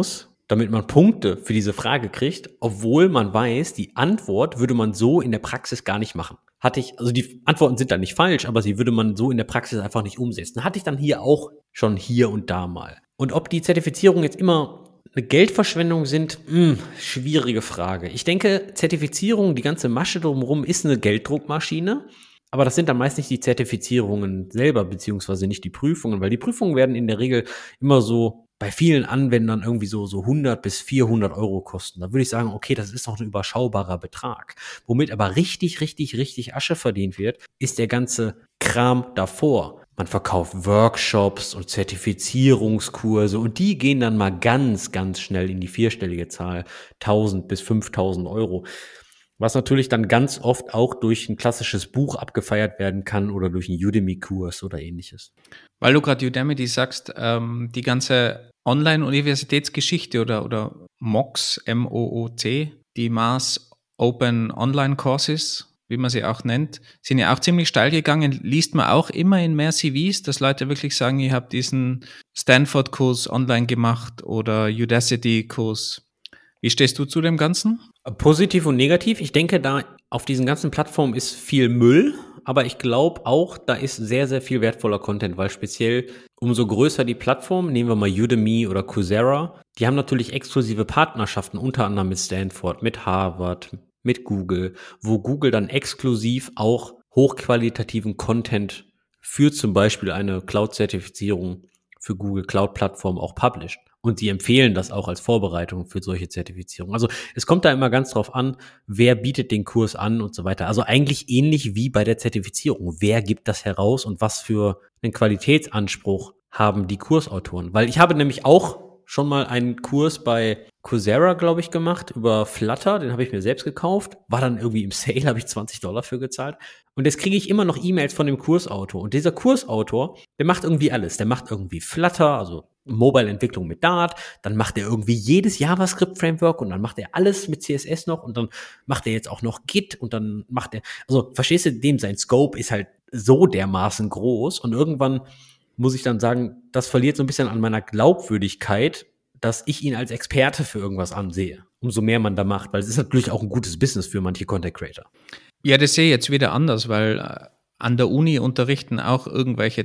damit man Punkte für diese Frage kriegt, obwohl man weiß, die Antwort würde man so in der Praxis gar nicht machen. Hatte ich, also die Antworten sind dann nicht falsch, aber sie würde man so in der Praxis einfach nicht umsetzen. Hatte ich dann hier auch schon hier und da mal. Und ob die Zertifizierungen jetzt immer eine Geldverschwendung sind, mh, schwierige Frage. Ich denke, Zertifizierung, die ganze Masche drumherum ist eine Gelddruckmaschine, aber das sind dann meist nicht die Zertifizierungen selber, beziehungsweise nicht die Prüfungen, weil die Prüfungen werden in der Regel immer so bei vielen Anwendern irgendwie so, so hundert bis vierhundert Euro kosten. Da würde ich sagen, okay, das ist noch ein überschaubarer Betrag. Womit aber richtig, richtig, richtig Asche verdient wird, ist der ganze Kram davor. Man verkauft Workshops und Zertifizierungskurse und die gehen dann mal ganz, ganz schnell in die vierstellige Zahl, tausend bis fünftausend Euro. Was natürlich dann ganz oft auch durch ein klassisches Buch abgefeiert werden kann oder durch einen Udemy-Kurs oder ähnliches. Weil du gerade Udemy sagst, ähm, die ganze Online-Universitätsgeschichte oder, oder M O C, M O O C, die Mass Open Online Courses, wie man sie auch nennt, sind ja auch ziemlich steil gegangen. Liest man auch immer in mehr C Vs, dass Leute wirklich sagen, ich habe diesen Stanford-Kurs online gemacht oder Udacity-Kurs. Wie stehst du zu dem Ganzen? Positiv und negativ. Ich denke, da auf diesen ganzen Plattformen ist viel Müll, aber ich glaube auch, da ist sehr, sehr viel wertvoller Content, weil speziell umso größer die Plattform, nehmen wir mal Udemy oder Coursera, die haben natürlich exklusive Partnerschaften, unter anderem mit Stanford, mit Harvard, mit Google, wo Google dann exklusiv auch hochqualitativen Content für zum Beispiel eine Cloud-Zertifizierung für Google Cloud-Plattform auch published. Und die empfehlen das auch als Vorbereitung für solche Zertifizierungen. Also es kommt da immer ganz drauf an, wer bietet den Kurs an und so weiter. Also eigentlich ähnlich wie bei der Zertifizierung. Wer gibt das heraus und was für einen Qualitätsanspruch haben die Kursautoren? Weil ich habe nämlich auch schon mal einen Kurs bei Coursera, glaube ich, gemacht über Flutter. Den habe ich mir selbst gekauft. War dann irgendwie im Sale, habe ich zwanzig Dollar für gezahlt. Und jetzt kriege ich immer noch E-Mails von dem Kursautor. Und dieser Kursautor, der macht irgendwie alles. Der macht irgendwie Flutter, also Mobile-Entwicklung mit Dart, dann macht er irgendwie jedes JavaScript-Framework und dann macht er alles mit C S S noch und dann macht er jetzt auch noch Git und dann macht er, also verstehst du, dem sein Scope ist halt so dermaßen groß und irgendwann muss ich dann sagen, das verliert so ein bisschen an meiner Glaubwürdigkeit, dass ich ihn als Experte für irgendwas ansehe. Umso mehr man da macht, weil es ist natürlich auch ein gutes Business für manche Content Creator. Ja, das sehe ich jetzt wieder anders, weil äh, an der Uni unterrichten auch irgendwelche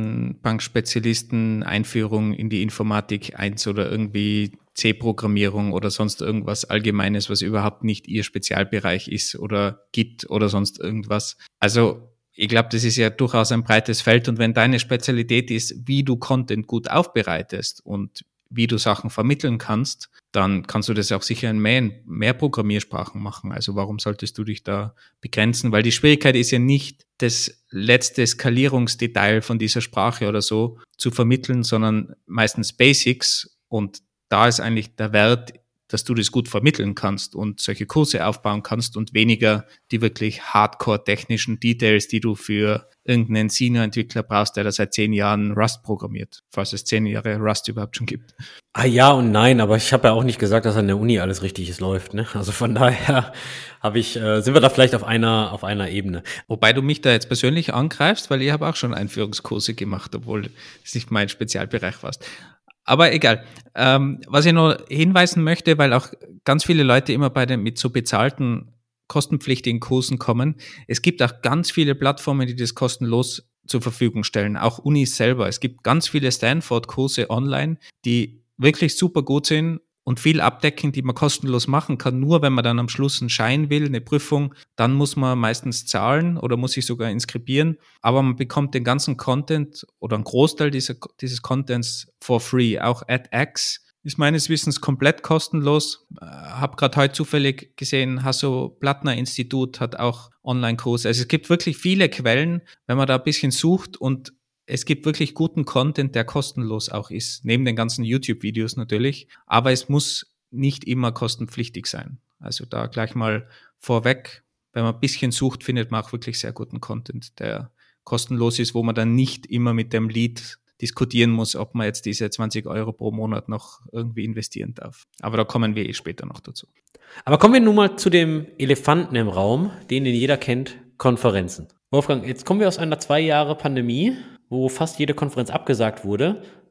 Datenbankspezialisten Einführung in die Informatik eins oder irgendwie C-Programmierung oder sonst irgendwas Allgemeines, was überhaupt nicht ihr Spezialbereich ist oder Git oder sonst irgendwas. Also ich glaube, das ist ja durchaus ein breites Feld und wenn deine Spezialität ist, wie du Content gut aufbereitest und wie du Sachen vermitteln kannst, dann kannst du das auch sicher in mehr, mehr Programmiersprachen machen. Also warum solltest du dich da begrenzen? Weil die Schwierigkeit ist ja nicht, das letzte Skalierungsdetail von dieser Sprache oder so zu vermitteln, sondern meistens Basics. Und da ist eigentlich der Wert, dass du das gut vermitteln kannst und solche Kurse aufbauen kannst und weniger die wirklich hardcore-technischen Details, die du für irgendeinen Senior-Entwickler brauchst, der da seit zehn Jahren Rust programmiert, falls es zehn Jahre Rust überhaupt schon gibt. Ah ja und nein, aber ich habe ja auch nicht gesagt, dass an der Uni alles richtig läuft, ne? Also von daher habe ich, äh, sind wir da vielleicht auf einer auf einer Ebene. Wobei du mich da jetzt persönlich angreifst, weil ich habe auch schon Einführungskurse gemacht, obwohl es nicht mein Spezialbereich war. Aber egal. Ähm, was ich noch hinweisen möchte, weil auch ganz viele Leute immer bei den mit so bezahlten, kostenpflichtigen Kursen kommen. Es gibt auch ganz viele Plattformen, die das kostenlos zur Verfügung stellen, auch Unis selber. Es gibt ganz viele Stanford-Kurse online, die wirklich super gut sind und viel abdecken, die man kostenlos machen kann. Nur wenn man dann am Schluss einen Schein will, eine Prüfung, dann muss man meistens zahlen oder muss sich sogar inskribieren. Aber man bekommt den ganzen Content oder einen Großteil dieser, dieses Contents for free. Auch edX ist meines Wissens komplett kostenlos. Habe gerade heute zufällig gesehen, Hasso-Plattner-Institut hat auch Online-Kurse. Also es gibt wirklich viele Quellen, wenn man da ein bisschen sucht und es gibt wirklich guten Content, der kostenlos auch ist, neben den ganzen YouTube-Videos natürlich, aber es muss nicht immer kostenpflichtig sein. Also da gleich mal vorweg, wenn man ein bisschen sucht, findet man auch wirklich sehr guten Content, der kostenlos ist, wo man dann nicht immer mit dem Lead diskutieren muss, ob man jetzt diese zwanzig Euro pro Monat noch irgendwie investieren darf. Aber da kommen wir eh später noch dazu. Aber kommen wir nun mal zu dem Elefanten im Raum, den, den jeder kennt, Konferenzen. Wolfgang, jetzt kommen wir aus einer zwei Jahre Pandemie, wo fast jede Konferenz abgesagt wurde.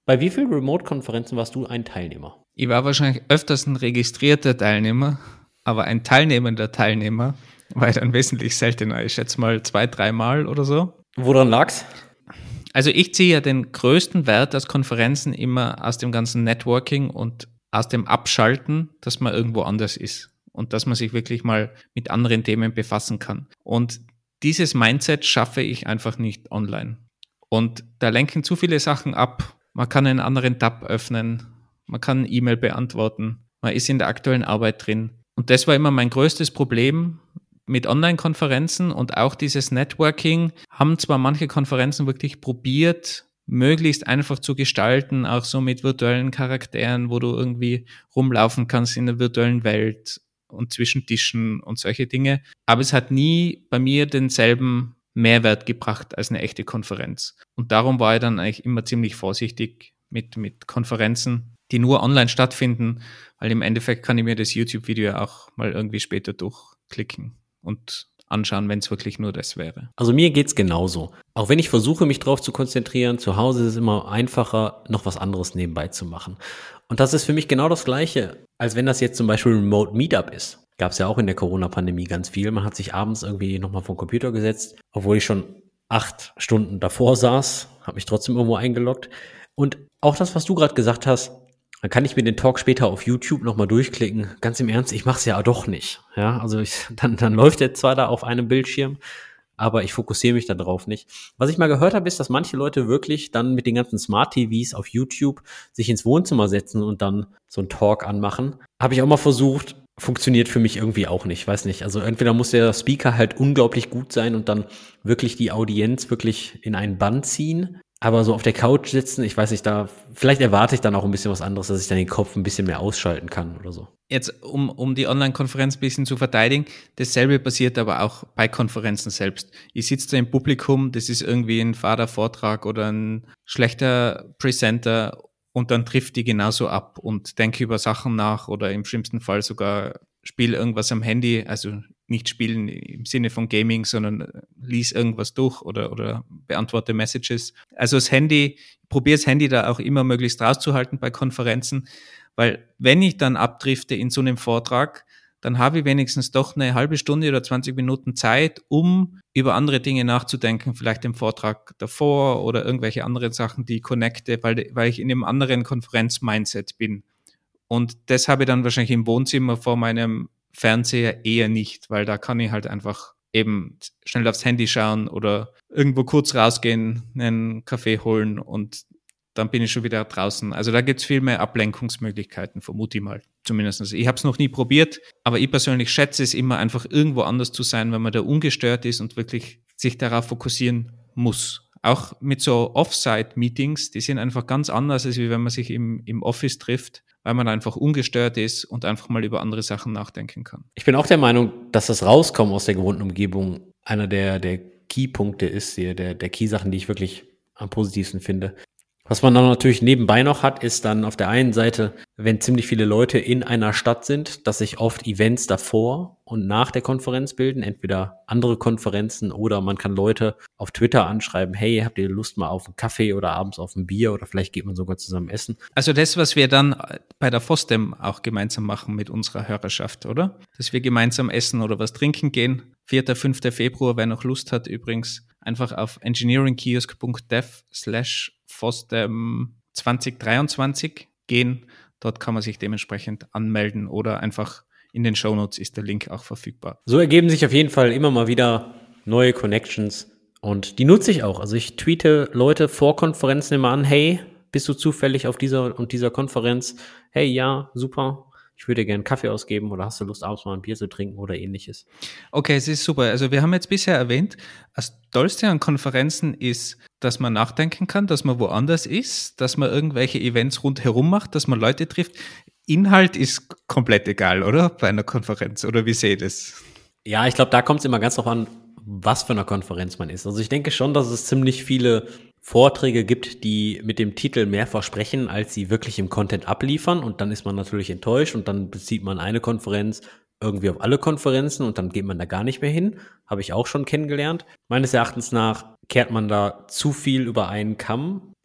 Bei wie vielen Remote-Konferenzen warst du ein Teilnehmer? Ich war wahrscheinlich öfters ein registrierter Teilnehmer, aber ein teilnehmender Teilnehmer war dann wesentlich seltener. Ich schätze mal zwei, dreimal oder so. Woran lag's? Also ich ziehe ja den größten Wert aus Konferenzen immer aus dem ganzen Networking und aus dem Abschalten, dass man irgendwo anders ist und dass man sich wirklich mal mit anderen Themen befassen kann. Und dieses Mindset schaffe ich einfach nicht online. Und da lenken zu viele Sachen ab. Man kann einen anderen Tab öffnen, man kann eine E-Mail beantworten, man ist in der aktuellen Arbeit drin. Und das war immer mein größtes Problem mit Online-Konferenzen und auch dieses Networking haben zwar manche Konferenzen wirklich probiert, möglichst einfach zu gestalten, auch so mit virtuellen Charakteren, wo du irgendwie rumlaufen kannst in der virtuellen Welt und zwischen Tischen und solche Dinge. Aber es hat nie bei mir denselben Mehrwert gebracht als eine echte Konferenz. Und darum war ich dann eigentlich immer ziemlich vorsichtig mit, mit Konferenzen, die nur online stattfinden, weil im Endeffekt kann ich mir das YouTube-Video auch mal irgendwie später durchklicken und anschauen, wenn es wirklich nur das wäre. Also mir geht's genauso. Auch wenn ich versuche, mich drauf zu konzentrieren, zu Hause ist es immer einfacher, noch was anderes nebenbei zu machen. Und das ist für mich genau das Gleiche, als wenn das jetzt zum Beispiel ein Remote Meetup ist. Gab es ja auch in der Corona-Pandemie ganz viel. Man hat sich abends irgendwie nochmal vor den Computer gesetzt, obwohl ich schon acht Stunden davor saß, habe mich trotzdem irgendwo eingeloggt. Und auch das, was du gerade gesagt hast, dann kann ich mir den Talk später auf YouTube nochmal durchklicken. Ganz im Ernst, ich mache es ja doch nicht. Ja, also ich, dann, dann läuft der zwar da auf einem Bildschirm, aber ich fokussiere mich da drauf nicht. Was ich mal gehört habe, ist, dass manche Leute wirklich dann mit den ganzen Smart-T Vs auf YouTube sich ins Wohnzimmer setzen und dann so einen Talk anmachen. Habe ich auch mal versucht, funktioniert für mich irgendwie auch nicht, weiß nicht. Also entweder muss der Speaker halt unglaublich gut sein und dann wirklich die Audienz wirklich in einen Bann ziehen. Aber so auf der Couch sitzen, ich weiß nicht, da vielleicht erwarte ich dann auch ein bisschen was anderes, dass ich dann den Kopf ein bisschen mehr ausschalten kann oder so. Jetzt, um, um die Online-Konferenz ein bisschen zu verteidigen, dasselbe passiert aber auch bei Konferenzen selbst. Ich sitze da im Publikum, das ist irgendwie ein fader Vortrag oder ein schlechter Presenter und dann trifft die genauso ab und denke über Sachen nach oder im schlimmsten Fall sogar spiele irgendwas am Handy, also nicht spielen im Sinne von Gaming, sondern lies irgendwas durch oder, oder beantworte Messages. Also das Handy, probiere das Handy da auch immer möglichst rauszuhalten bei Konferenzen, weil wenn ich dann abdrifte in so einem Vortrag, dann habe ich wenigstens doch eine halbe Stunde oder zwanzig Minuten Zeit, um über andere Dinge nachzudenken, vielleicht den Vortrag davor oder irgendwelche anderen Sachen, die ich connecte, weil, weil ich in einem anderen Konferenz-Mindset bin. Und das habe ich dann wahrscheinlich im Wohnzimmer vor meinem Fernseher eher nicht, weil da kann ich halt einfach eben schnell aufs Handy schauen oder irgendwo kurz rausgehen, einen Kaffee holen und dann bin ich schon wieder draußen. Also da gibt es viel mehr Ablenkungsmöglichkeiten, vermute ich mal. Zumindest. Also ich habe es noch nie probiert, aber ich persönlich schätze es immer einfach irgendwo anders zu sein, wenn man da ungestört ist und wirklich sich darauf fokussieren muss. Auch mit so Off-Site-Meetings, die sind einfach ganz anders, als wenn man sich im, im Office trifft, weil man einfach ungestört ist und einfach mal über andere Sachen nachdenken kann. Ich bin auch der Meinung, dass das Rauskommen aus der gewohnten Umgebung einer der, der Key-Punkte ist, der, der, der Key-Sachen, die ich wirklich am positivsten finde. Was man dann natürlich nebenbei noch hat, ist dann auf der einen Seite, wenn ziemlich viele Leute in einer Stadt sind, dass sich oft Events davor und nach der Konferenz bilden, entweder andere Konferenzen oder man kann Leute auf Twitter anschreiben, hey, habt ihr Lust mal auf einen Kaffee oder abends auf ein Bier oder vielleicht geht man sogar zusammen essen. Also das, was wir dann bei der FOSDEM auch gemeinsam machen mit unserer Hörerschaft, oder? Dass wir gemeinsam essen oder was trinken gehen. vierter, fünfter Februar, wer noch Lust hat übrigens, einfach auf engineeringkiosk.dev slash FOSDEM zwanzig dreiundzwanzig gehen. Dort kann man sich dementsprechend anmelden oder einfach in den Shownotes ist der Link auch verfügbar. So ergeben sich auf jeden Fall immer mal wieder neue Connections und die nutze ich auch. Also ich tweete Leute vor Konferenzen immer an, hey, bist du zufällig auf dieser und dieser Konferenz? Hey, ja, super. Ich würde gerne einen Kaffee ausgeben oder hast du Lust, abends mal ein Bier zu trinken oder ähnliches? Okay, es ist super. Also wir haben jetzt bisher erwähnt, das Tollste an Konferenzen ist, dass man nachdenken kann, dass man woanders ist, dass man irgendwelche Events rundherum macht, dass man Leute trifft. Inhalt ist komplett egal, oder? Bei einer Konferenz. Oder wie seht ihr das? Ja, ich glaube, da kommt es immer ganz drauf an, was für eine Konferenz man ist. Also ich denke schon, dass es ziemlich viele Vorträge gibt, die mit dem Titel mehr versprechen, als sie wirklich im Content abliefern. Und dann ist man natürlich enttäuscht und dann bezieht man eine Konferenz irgendwie auf alle Konferenzen und dann geht man da gar nicht mehr hin. Habe ich auch schon kennengelernt. Meines Erachtens nach kehrt man da zu viel über einen Kamm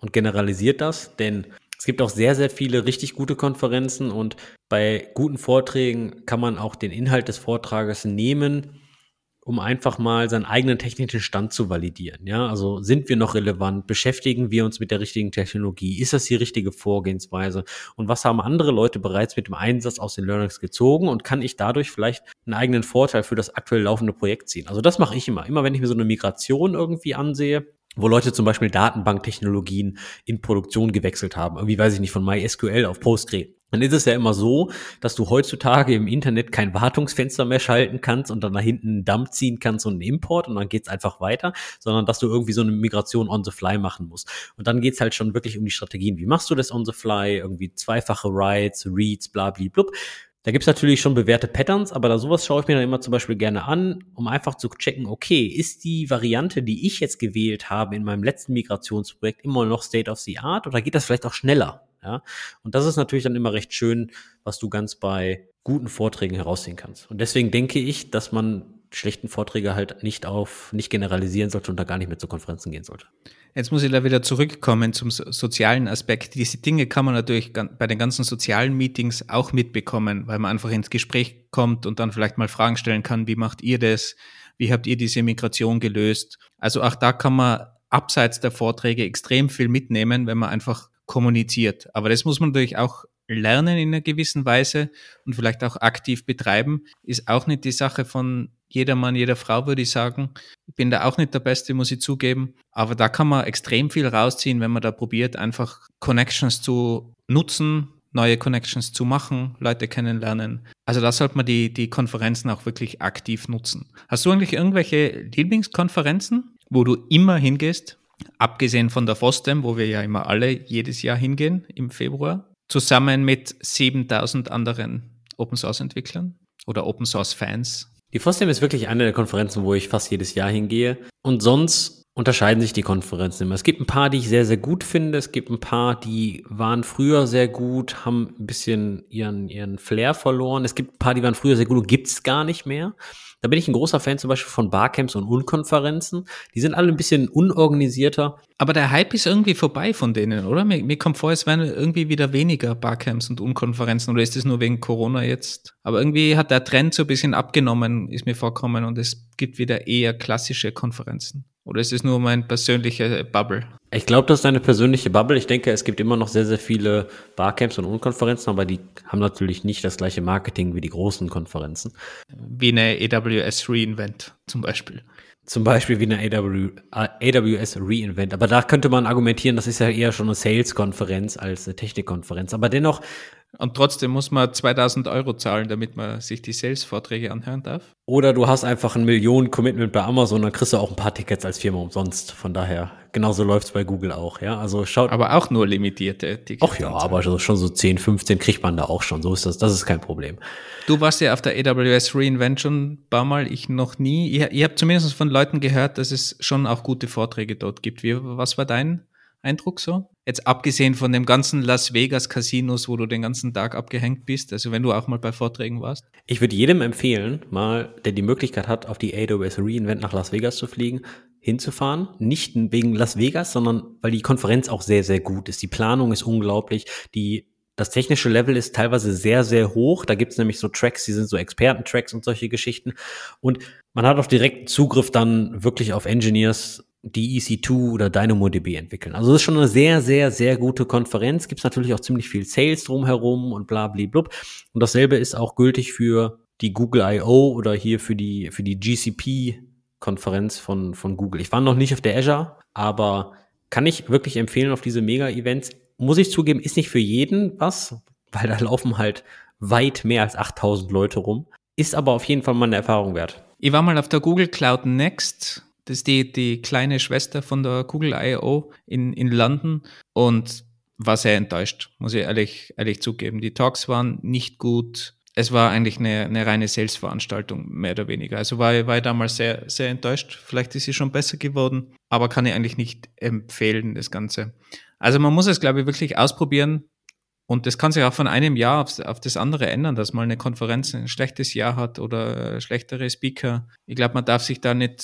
und generalisiert das, denn es gibt auch sehr, sehr viele richtig gute Konferenzen und bei guten Vorträgen kann man auch den Inhalt des Vortrages nehmen, um einfach mal seinen eigenen technischen Stand zu validieren. Ja, also sind wir noch relevant? Beschäftigen wir uns mit der richtigen Technologie? Ist das die richtige Vorgehensweise? Und was haben andere Leute bereits mit dem Einsatz aus den Learnings gezogen? Und kann ich dadurch vielleicht einen eigenen Vorteil für das aktuell laufende Projekt ziehen? Also das mache ich immer. Immer wenn ich mir so eine Migration irgendwie ansehe, wo Leute zum Beispiel Datenbanktechnologien in Produktion gewechselt haben. Irgendwie, weiß ich nicht, von MySQL auf Postgre. Dann ist es ja immer so, dass du heutzutage im Internet kein Wartungsfenster mehr schalten kannst und dann da hinten einen Dump ziehen kannst und einen Import und dann geht's einfach weiter, sondern dass du irgendwie so eine Migration on the fly machen musst. Und dann geht's halt schon wirklich um die Strategien. Wie machst du das on the fly? Irgendwie zweifache Writes, Reads, bla, bla, blub. Da gibt's natürlich schon bewährte Patterns, aber da sowas schaue ich mir dann immer zum Beispiel gerne an, um einfach zu checken, okay, ist die Variante, die ich jetzt gewählt habe in meinem letzten Migrationsprojekt immer noch State of the Art oder geht das vielleicht auch schneller? Ja, und das ist natürlich dann immer recht schön, was du ganz bei guten Vorträgen heraussehen kannst. Und deswegen denke ich, dass man schlechten Vorträge halt nicht auf, nicht generalisieren sollte und da gar nicht mehr zu Konferenzen gehen sollte. Jetzt muss ich da wieder zurückkommen zum so- sozialen Aspekt. Diese Dinge kann man natürlich gan- bei den ganzen sozialen Meetings auch mitbekommen, weil man einfach ins Gespräch kommt und dann vielleicht mal Fragen stellen kann, wie macht ihr das? Wie habt ihr diese Migration gelöst? Also auch da kann man abseits der Vorträge extrem viel mitnehmen, wenn man einfach kommuniziert. Aber das muss man natürlich auch lernen in einer gewissen Weise und vielleicht auch aktiv betreiben. Ist auch nicht die Sache von jeder Mann, jeder Frau, würde ich sagen. Ich bin da auch nicht der Beste, muss ich zugeben. Aber da kann man extrem viel rausziehen, wenn man da probiert, einfach Connections zu nutzen, neue Connections zu machen, Leute kennenlernen. Also da sollte man die, die Konferenzen auch wirklich aktiv nutzen. Hast du eigentlich irgendwelche Lieblingskonferenzen, wo du immer hingehst? Abgesehen von der FOSDEM, wo wir ja immer alle jedes Jahr hingehen im Februar, zusammen mit siebentausend anderen Open-Source-Entwicklern oder Open-Source-Fans. Die FOSDEM ist wirklich eine der Konferenzen, wo ich fast jedes Jahr hingehe. Und sonst unterscheiden sich die Konferenzen immer. Es gibt ein paar, die ich sehr, sehr gut finde. Es gibt ein paar, die waren früher sehr gut, haben ein bisschen ihren, ihren Flair verloren. Es gibt ein paar, die waren früher sehr gut und gibt's gar nicht mehr. Da bin ich ein großer Fan zum Beispiel von Barcamps und Unkonferenzen. Die sind alle ein bisschen unorganisierter. Aber der Hype ist irgendwie vorbei von denen, oder? Mir, mir kommt vor, es wären irgendwie wieder weniger Barcamps und Unkonferenzen. Oder ist das nur wegen Corona jetzt? Aber irgendwie hat der Trend so ein bisschen abgenommen, ist mir vorkommen. Und es gibt wieder eher klassische Konferenzen. Oder ist es nur mein persönlicher Bubble? Ich glaube, das ist eine persönliche Bubble. Ich denke, es gibt immer noch sehr, sehr viele Barcamps und Unkonferenzen, aber die haben natürlich nicht das gleiche Marketing wie die großen Konferenzen. Wie eine A W S Reinvent zum Beispiel. Zum Beispiel wie eine A W S Reinvent. Aber da könnte man argumentieren, das ist ja eher schon eine Sales-Konferenz als eine Technik-Konferenz. Aber dennoch. Und trotzdem muss man zweitausend Euro zahlen, damit man sich die Sales-Vorträge anhören darf. Oder du hast einfach ein Millionen-Commitment bei Amazon, dann kriegst du auch ein paar Tickets als Firma umsonst. Von daher, genauso läuft's bei Google auch, ja. Also schaut. Aber auch nur limitierte Tickets. Ach ja, aber schon so zehn, fünfzehn kriegt man da auch schon. So ist das. Das ist kein Problem. Du warst ja auf der A W S Reinvent schon ein paar Mal, ich noch nie. Ihr, ihr habt zumindest von Leuten gehört, dass es schon auch gute Vorträge dort gibt. Wie, was war dein Eindruck so? Jetzt abgesehen von dem ganzen Las Vegas Casinos, wo du den ganzen Tag abgehängt bist, also wenn du auch mal bei Vorträgen warst. Ich würde jedem empfehlen, mal, der die Möglichkeit hat, auf die A W S Reinvent nach Las Vegas zu fliegen, hinzufahren. Nicht wegen Las Vegas, sondern weil die Konferenz auch sehr, sehr gut ist. Die Planung ist unglaublich. Die Das technische Level ist teilweise sehr, sehr hoch. Da gibt es nämlich so Tracks, die sind so Experten-Tracks und solche Geschichten. Und man hat auch direkten Zugriff dann wirklich auf Engineers, die E C zwei oder DynamoDB entwickeln. Also das ist schon eine sehr, sehr, sehr gute Konferenz. Gibt es natürlich auch ziemlich viel Sales drumherum und bla bla blub. Und dasselbe ist auch gültig für die Google I O oder hier für die für die G C P-Konferenz von von Google. Ich war noch nicht auf der Azure, aber kann ich wirklich empfehlen auf diese Mega-Events. Muss ich zugeben, ist nicht für jeden was, weil da laufen halt weit mehr als achttausend Leute rum. Ist aber auf jeden Fall mal eine Erfahrung wert. Ich war mal auf der Google Cloud Next. Das ist die, die kleine Schwester von der Google I O in, in London und war sehr enttäuscht, muss ich ehrlich, ehrlich zugeben. Die Talks waren nicht gut. Es war eigentlich eine, eine reine Sales-Veranstaltung, mehr oder weniger. Also war, war ich damals sehr, sehr enttäuscht. Vielleicht ist sie schon besser geworden, aber kann ich eigentlich nicht empfehlen, das Ganze. Also man muss es, glaube ich, wirklich ausprobieren. Und das kann sich auch von einem Jahr auf, auf das andere ändern, dass mal eine Konferenz ein schlechtes Jahr hat oder schlechtere Speaker. Ich glaube, man darf sich da nicht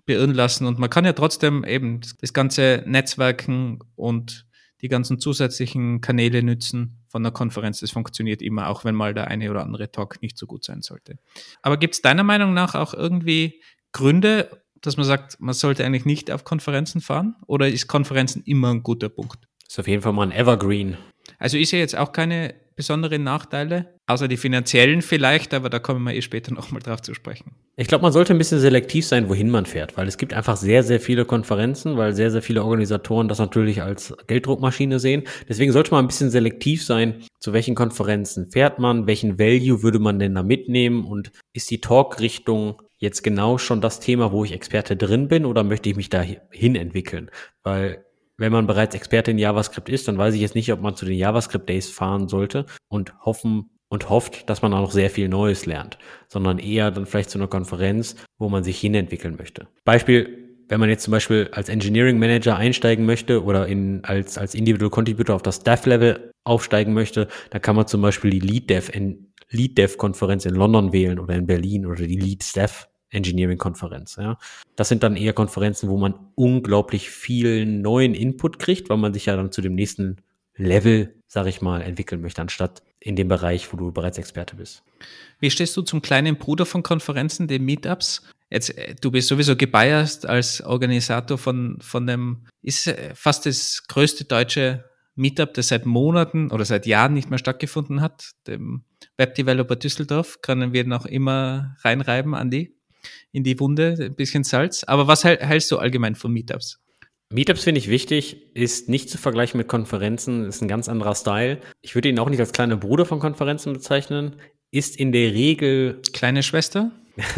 beirren lassen. Und man kann ja trotzdem eben das ganze Netzwerken und die ganzen zusätzlichen Kanäle nützen von der Konferenz. Das funktioniert immer, auch wenn mal der eine oder andere Talk nicht so gut sein sollte. Aber gibt es deiner Meinung nach auch irgendwie Gründe, dass man sagt, man sollte eigentlich nicht auf Konferenzen fahren? Oder ist Konferenzen immer ein guter Punkt? Das ist auf jeden Fall mal ein Evergreen. Also ich sehe jetzt auch keine besonderen Nachteile, außer die finanziellen vielleicht, aber da kommen wir eh später nochmal drauf zu sprechen. Ich glaube, man sollte ein bisschen selektiv sein, wohin man fährt, weil es gibt einfach sehr, sehr viele Konferenzen, weil sehr, sehr viele Organisatoren das natürlich als Gelddruckmaschine sehen. Deswegen sollte man ein bisschen selektiv sein, zu welchen Konferenzen fährt man, welchen Value würde man denn da mitnehmen und ist die Talk-Richtung jetzt genau schon das Thema, wo ich Experte drin bin oder möchte ich mich da hin entwickeln? Weil wenn man bereits Experte in JavaScript ist, dann weiß ich jetzt nicht, ob man zu den JavaScript Days fahren sollte und hoffen und hofft, dass man auch noch sehr viel Neues lernt, sondern eher dann vielleicht zu einer Konferenz, wo man sich hinentwickeln möchte. Beispiel, wenn man jetzt zum Beispiel als Engineering Manager einsteigen möchte oder in, als, als Individual Contributor auf das Staff-Level aufsteigen möchte, dann kann man zum Beispiel die Lead Dev in Lead Dev Konferenz in London wählen oder in Berlin oder die Lead Staff Engineering-Konferenz. Ja. Das sind dann eher Konferenzen, wo man unglaublich viel neuen Input kriegt, weil man sich ja dann zu dem nächsten Level, sag ich mal, entwickeln möchte, anstatt in dem Bereich, wo du bereits Experte bist. Wie stehst du zum kleinen Bruder von Konferenzen, den Meetups? Jetzt, du bist sowieso gebiased als Organisator von, von dem, ist fast das größte deutsche Meetup, das seit Monaten oder seit Jahren nicht mehr stattgefunden hat, dem Webdeveloper Düsseldorf, können wir noch immer reinreiben, Andi, in die Wunde, ein bisschen Salz. Aber was hältst du allgemein von Meetups? Meetups finde ich wichtig, ist nicht zu vergleichen mit Konferenzen, ist ein ganz anderer Style. Ich würde ihn auch nicht als kleiner Bruder von Konferenzen bezeichnen, ist in der Regel... Kleine Schwester?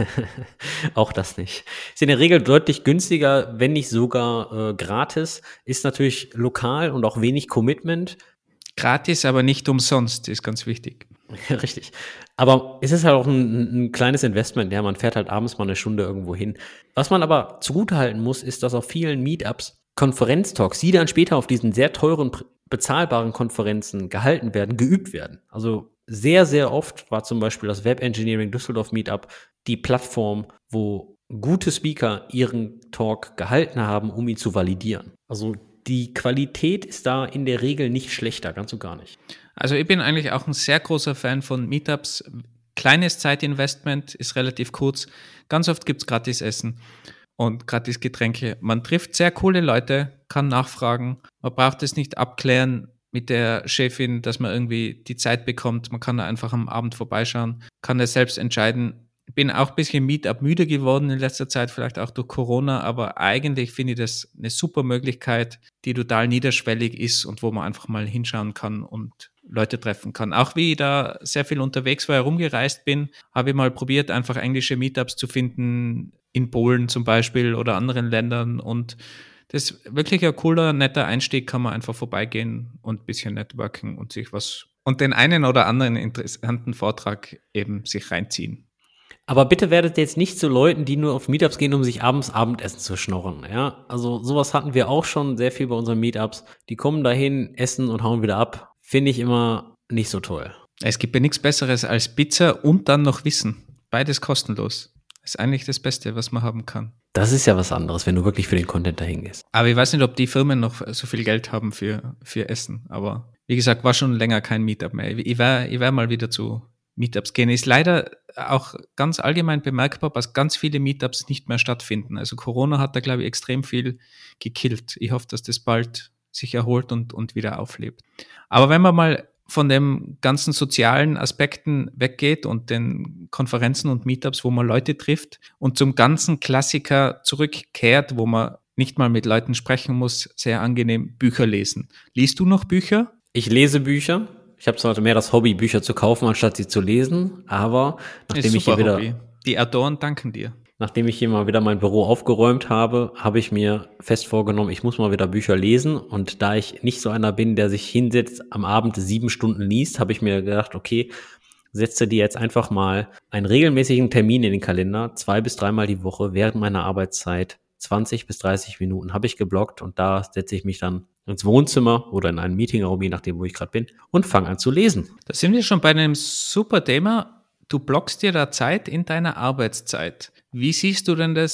Auch das nicht. Ist in der Regel deutlich günstiger, wenn nicht sogar äh, gratis, ist natürlich lokal und auch wenig Commitment. Gratis, aber nicht umsonst, ist ganz wichtig. Richtig. Aber es ist halt auch ein, ein kleines Investment, ja, man fährt halt abends mal eine Stunde irgendwo hin. Was man aber zugutehalten muss, ist, dass auf vielen Meetups Konferenztalks, die dann später auf diesen sehr teuren, bezahlbaren Konferenzen gehalten werden, geübt werden. Also sehr, sehr oft war zum Beispiel das Web Engineering Düsseldorf Meetup die Plattform, wo gute Speaker ihren Talk gehalten haben, um ihn zu validieren. Also die Qualität ist da in der Regel nicht schlechter, ganz und gar nicht. Also ich bin eigentlich auch ein sehr großer Fan von Meetups. Kleines Zeitinvestment ist relativ kurz. Ganz oft gibt es gratis Essen und gratis Getränke. Man trifft sehr coole Leute, kann nachfragen. Man braucht es nicht abklären mit der Chefin, dass man irgendwie die Zeit bekommt. Man kann da einfach am Abend vorbeischauen, kann das selbst entscheiden. Ich bin auch ein bisschen Meetup müde geworden in letzter Zeit, vielleicht auch durch Corona, aber eigentlich finde ich das eine super Möglichkeit, die total niederschwellig ist und wo man einfach mal hinschauen kann und Leute treffen kann. Auch wie ich da sehr viel unterwegs war, herumgereist bin, habe ich mal probiert, einfach englische Meetups zu finden, in Polen zum Beispiel oder anderen Ländern, und das ist wirklich ein cooler, netter Einstieg, kann man einfach vorbeigehen und ein bisschen networken und sich was und den einen oder anderen interessanten Vortrag eben sich reinziehen. Aber bitte werdet jetzt nicht zu Leuten, die nur auf Meetups gehen, um sich abends Abendessen zu schnorren. Ja, also sowas hatten wir auch schon sehr viel bei unseren Meetups. Die kommen dahin, essen und hauen wieder ab. Finde ich immer nicht so toll. Es gibt ja nichts Besseres als Pizza und dann noch Wissen. Beides kostenlos. Das ist eigentlich das Beste, was man haben kann. Das ist ja was anderes, wenn du wirklich für den Content dahin gehst. Aber ich weiß nicht, ob die Firmen noch so viel Geld haben für, für Essen. Aber wie gesagt, war schon länger kein Meetup mehr. Ich werde ich werd mal wieder zu Meetups gehen. Ist leider auch ganz allgemein bemerkbar, dass ganz viele Meetups nicht mehr stattfinden. Also Corona hat da, glaube ich, extrem viel gekillt. Ich hoffe, dass das bald sich erholt und, und wieder auflebt. Aber wenn man mal von den ganzen sozialen Aspekten weggeht und den Konferenzen und Meetups, wo man Leute trifft, und zum ganzen Klassiker zurückkehrt, wo man nicht mal mit Leuten sprechen muss, sehr angenehm, Bücher lesen. Liest du noch Bücher? Ich lese Bücher. Ich habe zwar mehr das Hobby, Bücher zu kaufen, anstatt sie zu lesen, aber nachdem ich hier wieder, Hobby. Die Autoren danken dir. Nachdem ich hier mal wieder mein Büro aufgeräumt habe, habe ich mir fest vorgenommen, ich muss mal wieder Bücher lesen, und da ich nicht so einer bin, der sich hinsetzt, am Abend sieben Stunden liest, habe ich mir gedacht, okay, setze dir jetzt einfach mal einen regelmäßigen Termin in den Kalender, zwei bis dreimal die Woche während meiner Arbeitszeit, zwanzig bis dreißig Minuten habe ich geblockt, und da setze ich mich dann ins Wohnzimmer oder in einen Meetingraum, je nachdem, wo ich gerade bin, und fange an zu lesen. Da sind wir schon bei einem super Thema. Du blockst dir da Zeit in deiner Arbeitszeit. Wie siehst du denn das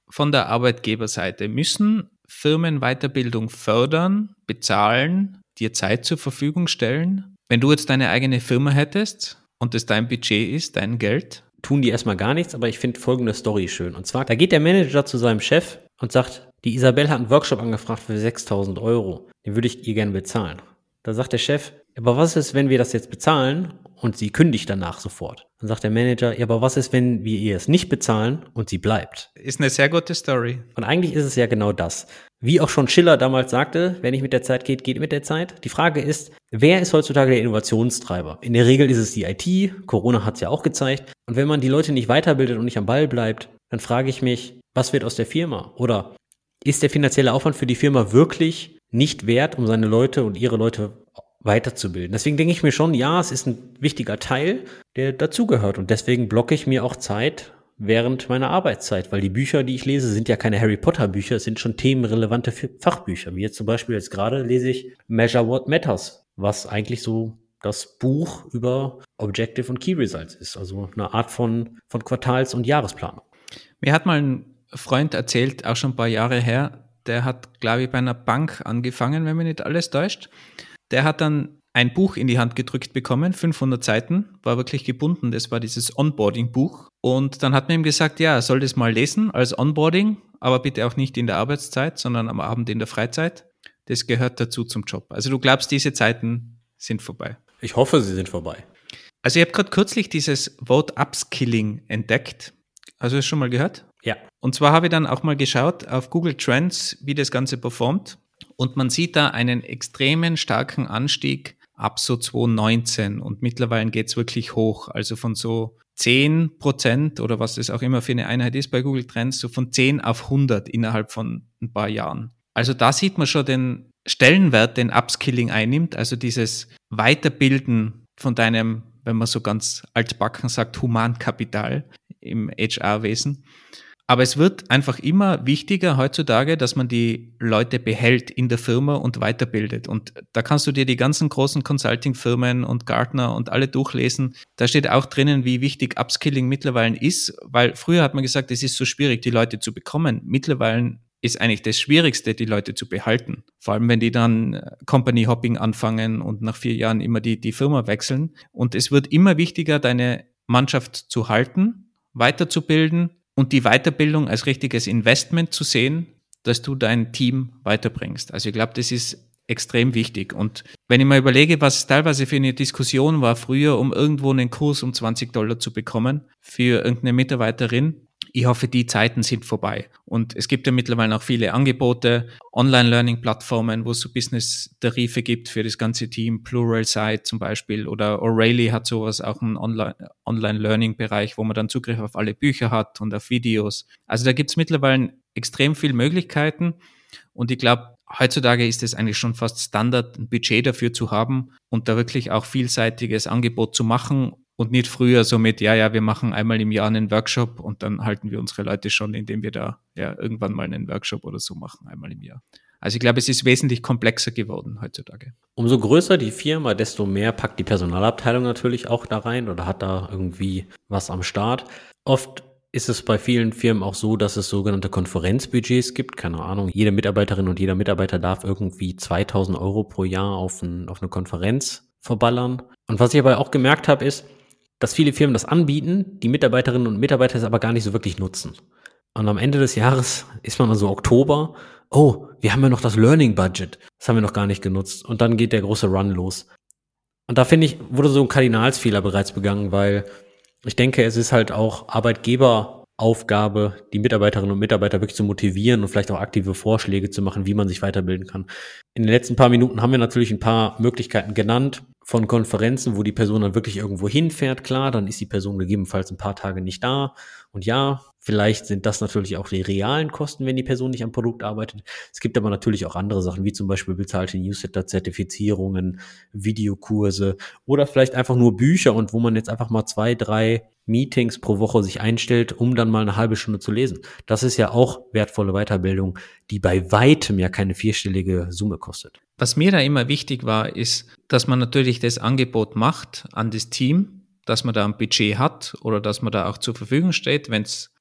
von der Arbeitgeberseite. Müssen Firmen Weiterbildung fördern, bezahlen, dir Zeit zur Verfügung stellen? Wenn du jetzt deine eigene Firma hättest und das dein Budget ist, dein Geld? Tun die erstmal gar nichts, aber ich finde folgende Story schön. Und zwar, da geht der Manager zu seinem Chef und sagt, die Isabel hat einen Workshop angefragt für sechstausend Euro. Den würde ich ihr gerne bezahlen. Da sagt der Chef, aber was ist, wenn wir das jetzt bezahlen und sie kündigt danach sofort? Dann sagt der Manager, ja, aber was ist, wenn wir ihr es nicht bezahlen und sie bleibt? Ist eine sehr gute Story. Und eigentlich ist es ja genau das. Wie auch schon Schiller damals sagte, wer nicht mit der Zeit geht, geht mit der Zeit. Die Frage ist, wer ist heutzutage der Innovationstreiber? In der Regel ist es die I T, Corona hat es ja auch gezeigt. Und wenn man die Leute nicht weiterbildet und nicht am Ball bleibt, dann frage ich mich, was wird aus der Firma? Oder ist der finanzielle Aufwand für die Firma wirklich nicht wert, um seine Leute und ihre Leute weiterzubilden? Deswegen denke ich mir schon, ja, es ist ein wichtiger Teil, der dazugehört. Und deswegen blocke ich mir auch Zeit während meiner Arbeitszeit, weil die Bücher, die ich lese, sind ja keine Harry Potter Bücher, es sind schon themenrelevante Fachbücher. Wie jetzt zum Beispiel jetzt gerade lese ich Measure What Matters, was eigentlich so das Buch über Objective und Key Results ist, also eine Art von, von Quartals- und Jahresplanung. Mir hat mal ein Freund erzählt, auch schon ein paar Jahre her, der hat, glaube ich, bei einer Bank angefangen, wenn mich nicht alles täuscht. Der hat dann ein Buch in die Hand gedrückt bekommen, fünfhundert Seiten, war wirklich gebunden, das war dieses Onboarding-Buch. Und dann hat man ihm gesagt, ja, er soll das mal lesen als Onboarding, aber bitte auch nicht in der Arbeitszeit, sondern am Abend in der Freizeit. Das gehört dazu zum Job. Also du glaubst, diese Zeiten sind vorbei? Ich hoffe, sie sind vorbei. Also ich habe gerade kürzlich dieses Wort Upskilling entdeckt. Hast du das schon mal gehört? Ja. Und zwar habe ich dann auch mal geschaut auf Google Trends, wie das Ganze performt. Und man sieht da einen extremen starken Anstieg ab so zwanzig neunzehn. Und mittlerweile geht es wirklich hoch. Also von so zehn Prozent oder was das auch immer für eine Einheit ist bei Google Trends, so von zehn auf hundert innerhalb von ein paar Jahren. Also da sieht man schon den Stellenwert, den Upskilling einnimmt. Also dieses Weiterbilden von deinem, wenn man so ganz altbacken sagt, Humankapital im H R-Wesen. Aber es wird einfach immer wichtiger heutzutage, dass man die Leute behält in der Firma und weiterbildet. Und da kannst du dir die ganzen großen Consulting-Firmen und Gartner und alle durchlesen. Da steht auch drinnen, wie wichtig Upskilling mittlerweile ist, weil früher hat man gesagt, es ist so schwierig, die Leute zu bekommen. Mittlerweile ist eigentlich das Schwierigste, die Leute zu behalten. Vor allem, wenn die dann Company Hopping anfangen und nach vier Jahren immer die, die Firma wechseln. Und es wird immer wichtiger, deine Mannschaft zu halten, weiterzubilden und die Weiterbildung als richtiges Investment zu sehen, dass du dein Team weiterbringst. Also ich glaube, das ist extrem wichtig. Und wenn ich mal überlege, was teilweise für eine Diskussion war früher, um irgendwo einen Kurs um zwanzig Dollar zu bekommen für irgendeine Mitarbeiterin, ich hoffe, die Zeiten sind vorbei. Und es gibt ja mittlerweile auch viele Angebote, Online-Learning-Plattformen, wo es so Business-Tarife gibt für das ganze Team, Pluralsight zum Beispiel, oder O'Reilly hat sowas, auch einen Online-Learning-Bereich, wo man dann Zugriff auf alle Bücher hat und auf Videos. Also da gibt es mittlerweile extrem viele Möglichkeiten und ich glaube, heutzutage ist es eigentlich schon fast Standard, ein Budget dafür zu haben und da wirklich auch vielseitiges Angebot zu machen. Und nicht früher so mit, ja, ja, wir machen einmal im Jahr einen Workshop und dann halten wir unsere Leute schon, indem wir da ja irgendwann mal einen Workshop oder so machen, einmal im Jahr. Also ich glaube, es ist wesentlich komplexer geworden heutzutage. Umso größer die Firma, desto mehr packt die Personalabteilung natürlich auch da rein oder hat da irgendwie was am Start. Oft ist es bei vielen Firmen auch so, dass es sogenannte Konferenzbudgets gibt. Keine Ahnung, jede Mitarbeiterin und jeder Mitarbeiter darf irgendwie zweitausend Euro pro Jahr auf, ein, auf eine Konferenz verballern. Und was ich aber auch gemerkt habe, ist, dass viele Firmen das anbieten, die Mitarbeiterinnen und Mitarbeiter es aber gar nicht so wirklich nutzen. Und am Ende des Jahres ist man also Oktober, oh, wir haben ja noch das Learning Budget, das haben wir noch gar nicht genutzt. Und dann geht der große Run los. Und da finde ich, wurde so ein Kardinalsfehler bereits begangen, weil ich denke, es ist halt auch Arbeitgeberaufgabe, die Mitarbeiterinnen und Mitarbeiter wirklich zu motivieren und vielleicht auch aktive Vorschläge zu machen, wie man sich weiterbilden kann. In den letzten paar Minuten haben wir natürlich ein paar Möglichkeiten genannt von Konferenzen, wo die Person dann wirklich irgendwo hinfährt. Klar, dann ist die Person gegebenenfalls ein paar Tage nicht da. Und ja, vielleicht sind das natürlich auch die realen Kosten, wenn die Person nicht am Produkt arbeitet. Es gibt aber natürlich auch andere Sachen, wie zum Beispiel bezahlte Newsletter-Zertifizierungen, Videokurse oder vielleicht einfach nur Bücher und wo man jetzt einfach mal zwei, drei Meetings pro Woche sich einstellt, um dann mal eine halbe Stunde zu lesen. Das ist ja auch wertvolle Weiterbildung, die bei weitem ja keine vierstellige Summe kostet. Was mir da immer wichtig war, ist, dass man natürlich das Angebot macht an das Team, dass man da ein Budget hat oder dass man da auch zur Verfügung steht, wenn es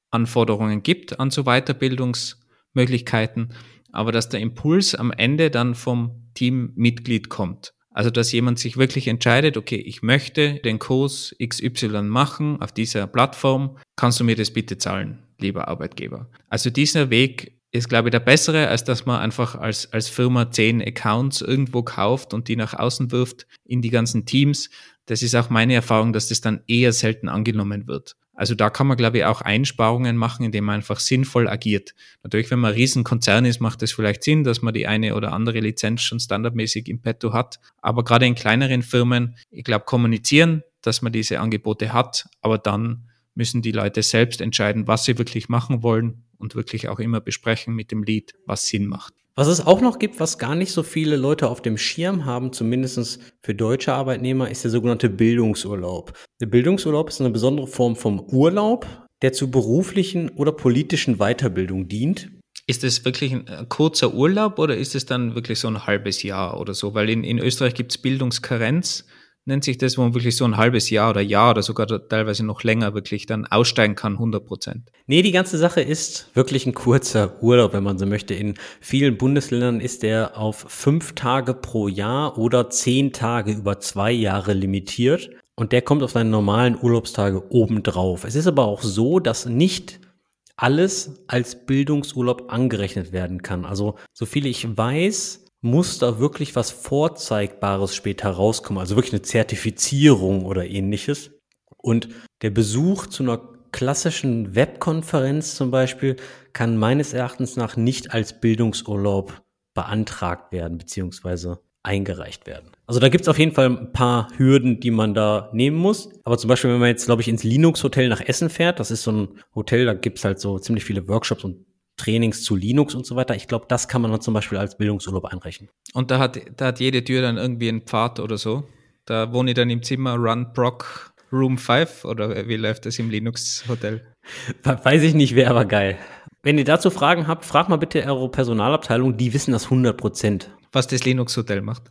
Anforderungen gibt an so Weiterbildungsmöglichkeiten, aber dass der Impuls am Ende dann vom Teammitglied kommt. Also dass jemand sich wirklich entscheidet, okay, ich möchte den Kurs X Y machen auf dieser Plattform, kannst du mir das bitte zahlen, lieber Arbeitgeber? Also dieser Weg ist, glaube ich, der bessere, als dass man einfach als, als Firma zehn Accounts irgendwo kauft und die nach außen wirft in die ganzen Teams. Das ist auch meine Erfahrung, dass das dann eher selten angenommen wird. Also da kann man, glaube ich, auch Einsparungen machen, indem man einfach sinnvoll agiert. Natürlich, wenn man ein Riesenkonzern ist, macht es vielleicht Sinn, dass man die eine oder andere Lizenz schon standardmäßig im Petto hat. Aber gerade in kleineren Firmen, ich glaube, kommunizieren, dass man diese Angebote hat, aber dann müssen die Leute selbst entscheiden, was sie wirklich machen wollen und wirklich auch immer besprechen mit dem Lead, was Sinn macht. Was es auch noch gibt, was gar nicht so viele Leute auf dem Schirm haben, zumindest für deutsche Arbeitnehmer, ist der sogenannte Bildungsurlaub. Der Bildungsurlaub ist eine besondere Form vom Urlaub, der zu beruflichen oder politischen Weiterbildung dient. Ist es wirklich ein kurzer Urlaub oder ist es dann wirklich so ein halbes Jahr oder so? Weil in, in Österreich gibt es Bildungskarenz, nennt sich das, wo man wirklich so ein halbes Jahr oder Jahr oder sogar teilweise noch länger wirklich dann aussteigen kann, hundert Prozent. Nee, die ganze Sache ist wirklich ein kurzer Urlaub, wenn man so möchte. In vielen Bundesländern ist der auf fünf Tage pro Jahr oder zehn Tage über zwei Jahre limitiert. Und der kommt auf seine normalen Urlaubstage obendrauf. Es ist aber auch so, dass nicht alles als Bildungsurlaub angerechnet werden kann. Also, so viel ich weiß, muss da wirklich was Vorzeigbares später rauskommen, also wirklich eine Zertifizierung oder ähnliches. Und der Besuch zu einer klassischen Webkonferenz zum Beispiel kann meines Erachtens nach nicht als Bildungsurlaub beantragt werden beziehungsweise eingereicht werden. Also da gibt es auf jeden Fall ein paar Hürden, die man da nehmen muss. Aber zum Beispiel, wenn man jetzt, glaube ich, ins Linux-Hotel nach Essen fährt, das ist so ein Hotel, da gibt es halt so ziemlich viele Workshops und Trainings zu Linux und so weiter. Ich glaube, das kann man dann zum Beispiel als Bildungsurlaub einrechnen. Und da hat, da hat jede Tür dann irgendwie einen Pfad oder so. Da wohne ich dann im Zimmer Run Proc Room fünf oder wie läuft das im Linux-Hotel? Weiß ich nicht, wäre aber geil. Wenn ihr dazu Fragen habt, fragt mal bitte eure Personalabteilung, die wissen das hundert Prozent. Was das Linux-Hotel macht.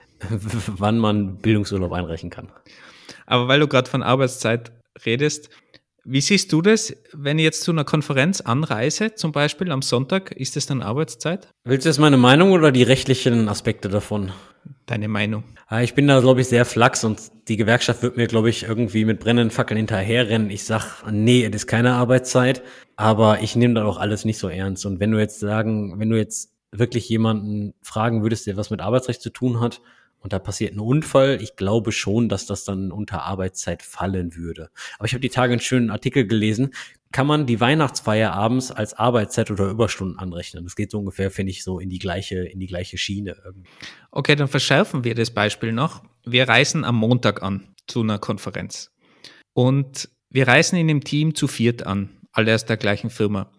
Wann man Bildungsurlaub einreichen kann. Aber weil du gerade von Arbeitszeit redest, wie siehst du das, wenn ich jetzt zu einer Konferenz anreise, zum Beispiel am Sonntag, ist das dann Arbeitszeit? Willst du jetzt meine Meinung oder die rechtlichen Aspekte davon? Deine Meinung. Ich bin da, glaube ich, sehr flachs und die Gewerkschaft wird mir, glaube ich, irgendwie mit brennenden Fackeln hinterherrennen. Ich sag, nee, es ist keine Arbeitszeit, aber ich nehme da auch alles nicht so ernst. Und wenn du jetzt sagen, wenn du jetzt wirklich jemanden fragen würdest, der was mit Arbeitsrecht zu tun hat, und da passiert ein Unfall, ich glaube schon, dass das dann unter Arbeitszeit fallen würde. Aber ich habe die Tage einen schönen Artikel gelesen. Kann man die Weihnachtsfeier abends als Arbeitszeit oder Überstunden anrechnen? Das geht so ungefähr, finde ich, so in die gleiche, in die gleiche Schiene irgendwie. Okay, dann verschärfen wir das Beispiel noch. Wir reisen am Montag an zu einer Konferenz. Und wir reisen in einem Team zu viert an, alle aus der gleichen Firma.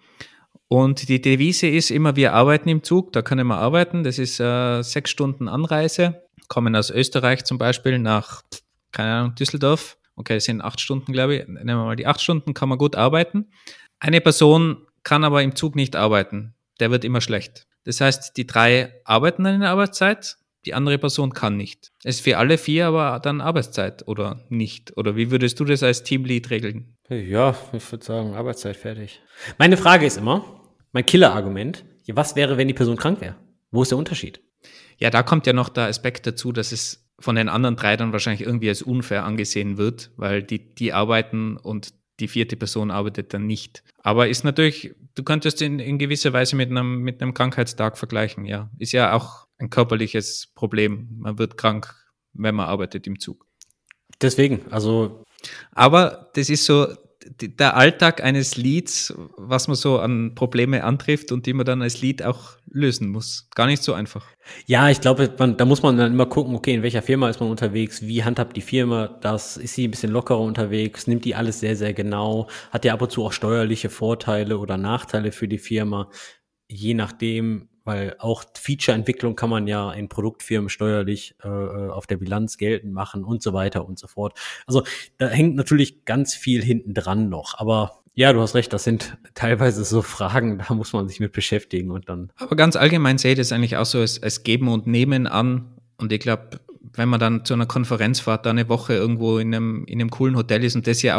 Und die Devise ist immer, wir arbeiten im Zug, da können wir arbeiten. Das ist äh, sechs Stunden Anreise. Kommen aus Österreich zum Beispiel nach, keine Ahnung, Düsseldorf. Okay, das sind acht Stunden, glaube ich. Nehmen wir mal die acht Stunden, kann man gut arbeiten. Eine Person kann aber im Zug nicht arbeiten. Der wird immer schlecht. Das heißt, die drei arbeiten dann in der Arbeitszeit, die andere Person kann nicht. Es ist für alle vier aber dann Arbeitszeit oder nicht. Oder wie würdest du das als Teamlead regeln? Ja, ich würde sagen, Arbeitszeit fertig. Meine Frage ist immer, mein Killer-Argument, was wäre, wenn die Person krank wäre? Wo ist der Unterschied? Ja, da kommt ja noch der Aspekt dazu, dass es von den anderen drei dann wahrscheinlich irgendwie als unfair angesehen wird, weil die, die arbeiten und die vierte Person arbeitet dann nicht. Aber ist natürlich, du könntest in, in gewisser Weise mit einem, mit einem Krankheitstag vergleichen, ja. Ist ja auch ein körperliches Problem. Man wird krank, wenn man arbeitet im Zug. Deswegen, also. Aber das ist so der Alltag eines Leads, was man so an Probleme antrifft und die man dann als Lead auch lösen muss. Gar nicht so einfach. Ja, ich glaube, man, da muss man dann immer gucken, okay, in welcher Firma ist man unterwegs, wie handhabt die Firma das, ist sie ein bisschen lockerer unterwegs, nimmt die alles sehr, sehr genau, hat ja ab und zu auch steuerliche Vorteile oder Nachteile für die Firma, je nachdem, weil auch Feature-Entwicklung kann man ja in Produktfirmen steuerlich äh, auf der Bilanz geltend machen und so weiter und so fort. Also da hängt natürlich ganz viel hinten dran noch, aber ja, du hast recht, das sind teilweise so Fragen, da muss man sich mit beschäftigen und dann. Aber ganz allgemein sehe ich das eigentlich auch so als, als Geben und Nehmen an und ich glaube, wenn man dann zu einer Konferenz fährt, da eine Woche irgendwo in einem, in einem coolen Hotel ist und das ja auch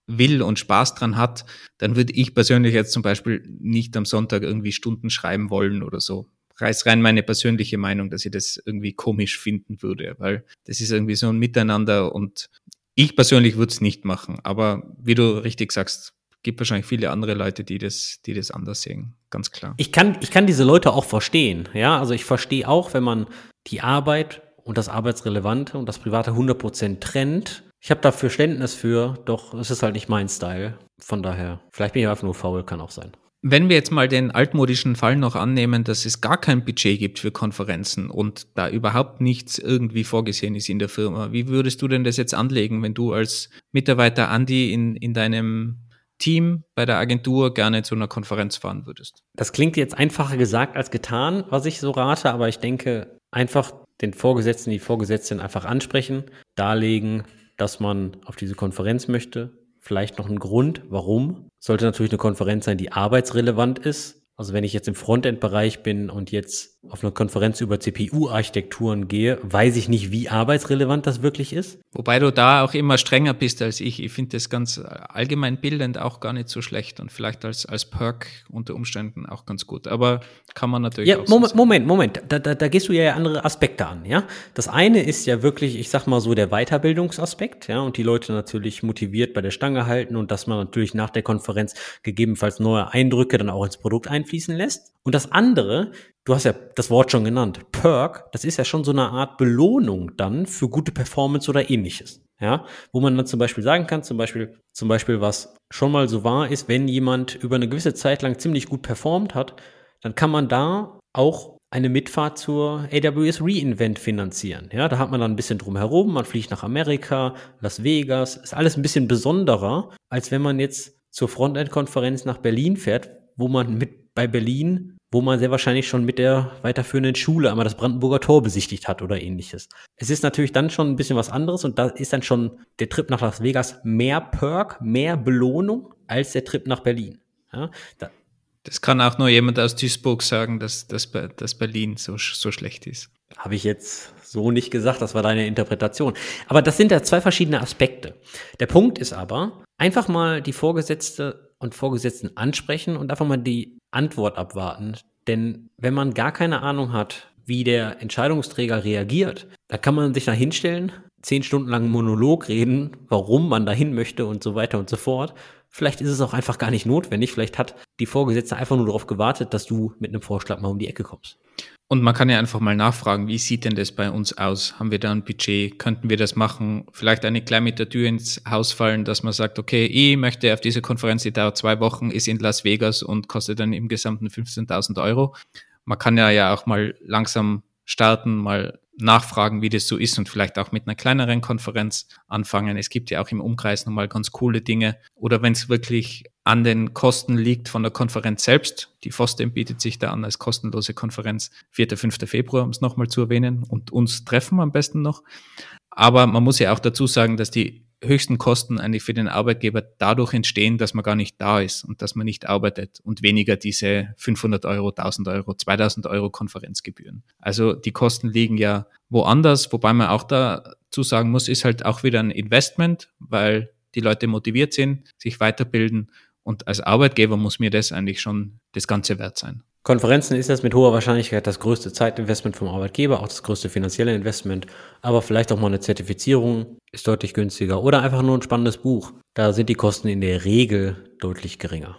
will und Spaß dran hat, dann würde ich persönlich jetzt zum Beispiel nicht am Sonntag irgendwie Stunden schreiben wollen oder so. Reiß rein meine persönliche Meinung, dass ich das irgendwie komisch finden würde, weil das ist irgendwie so ein Miteinander und ich persönlich würde es nicht machen. Aber wie du richtig sagst, gibt wahrscheinlich viele andere Leute, die das, die das anders sehen, ganz klar. Ich kann, ich kann diese Leute auch verstehen, ja, also ich verstehe auch, wenn man die Arbeit und das Arbeitsrelevante und das Private hundert Prozent trennt. Ich habe da Verständnis für, doch es ist halt nicht mein Style. Von daher, vielleicht bin ich einfach nur faul, kann auch sein. Wenn wir jetzt mal den altmodischen Fall noch annehmen, dass es gar kein Budget gibt für Konferenzen und da überhaupt nichts irgendwie vorgesehen ist in der Firma, wie würdest du denn das jetzt anlegen, wenn du als Mitarbeiter Andi in, in deinem Team bei der Agentur gerne zu einer Konferenz fahren würdest? Das klingt jetzt einfacher gesagt als getan, was ich so rate, aber ich denke, einfach den Vorgesetzten, die Vorgesetzten einfach ansprechen, darlegen, dass man auf diese Konferenz möchte. Vielleicht noch ein Grund, warum. Sollte natürlich eine Konferenz sein, die arbeitsrelevant ist. Also wenn ich jetzt im Frontend-Bereich bin und jetzt auf eine Konferenz über C P U-Architekturen gehe, weiß ich nicht, wie arbeitsrelevant das wirklich ist. Wobei du da auch immer strenger bist als ich. Ich finde das ganz allgemein bildend auch gar nicht so schlecht und vielleicht als, als Perk unter Umständen auch ganz gut. Aber kann man natürlich ja, auch Moment, so Moment, Moment. Da, da, da gehst du ja andere Aspekte an, ja. Das eine ist ja wirklich, ich sag mal so, der Weiterbildungsaspekt, ja, und die Leute natürlich motiviert bei der Stange halten und dass man natürlich nach der Konferenz gegebenenfalls neue Eindrücke dann auch ins Produkt einfließen lässt. Und das andere, du hast ja das Wort schon genannt, Perk, das ist ja schon so eine Art Belohnung dann für gute Performance oder ähnliches. Ja, wo man dann zum Beispiel sagen kann, zum Beispiel, zum Beispiel, was schon mal so war, ist, wenn jemand über eine gewisse Zeit lang ziemlich gut performt hat, dann kann man da auch eine Mitfahrt zur A W S reInvent finanzieren. Ja, da hat man dann ein bisschen drum herum, man fliegt nach Amerika, Las Vegas, ist alles ein bisschen besonderer, als wenn man jetzt zur Frontend-Konferenz nach Berlin fährt, wo man mit bei Berlin, wo man sehr wahrscheinlich schon mit der weiterführenden Schule einmal das Brandenburger Tor besichtigt hat oder ähnliches. Es ist natürlich dann schon ein bisschen was anderes und da ist dann schon der Trip nach Las Vegas mehr Perk, mehr Belohnung als der Trip nach Berlin. Ja, da, Das kann auch nur jemand aus Duisburg sagen, dass, dass, dass Berlin so, so schlecht ist. Habe ich jetzt so nicht gesagt, das war deine Interpretation. Aber das sind ja zwei verschiedene Aspekte. Der Punkt ist aber, einfach mal die Vorgesetzte und Vorgesetzten ansprechen und einfach mal die Antwort abwarten. Denn wenn man gar keine Ahnung hat, wie der Entscheidungsträger reagiert, da kann man sich da hinstellen, zehn Stunden lang einen Monolog reden, warum man dahin möchte und so weiter und so fort. Vielleicht ist es auch einfach gar nicht notwendig. Vielleicht hat die Vorgesetzte einfach nur darauf gewartet, dass du mit einem Vorschlag mal um die Ecke kommst. Und man kann ja einfach mal nachfragen, wie sieht denn das bei uns aus? Haben wir da ein Budget? Könnten wir das machen? Vielleicht eine gleich mit der Tür ins Haus fallen, dass man sagt, okay, ich möchte auf diese Konferenz, die dauert zwei Wochen, ist in Las Vegas und kostet dann im Gesamten fünfzehntausend Euro. Man kann ja ja auch mal langsam starten, mal nachfragen, wie das so ist und vielleicht auch mit einer kleineren Konferenz anfangen. Es gibt ja auch im Umkreis nochmal ganz coole Dinge. Oder wenn es wirklich an den Kosten liegt von der Konferenz selbst, die FOSDEM bietet sich da an als kostenlose Konferenz, vierter fünfter Februar, um es nochmal zu erwähnen, und uns treffen am besten noch. Aber man muss ja auch dazu sagen, dass die höchsten Kosten eigentlich für den Arbeitgeber dadurch entstehen, dass man gar nicht da ist und dass man nicht arbeitet und weniger diese fünfhundert Euro, tausend Euro, zweitausend Euro Konferenzgebühren. Also die Kosten liegen ja woanders, wobei man auch dazu sagen muss, ist halt auch wieder ein Investment, weil die Leute motiviert sind, sich weiterbilden und als Arbeitgeber muss mir das eigentlich schon das Ganze wert sein. Konferenzen ist das mit hoher Wahrscheinlichkeit das größte Zeitinvestment vom Arbeitgeber, auch das größte finanzielle Investment, aber vielleicht auch mal eine Zertifizierung ist deutlich günstiger oder einfach nur ein spannendes Buch. Da sind die Kosten in der Regel deutlich geringer.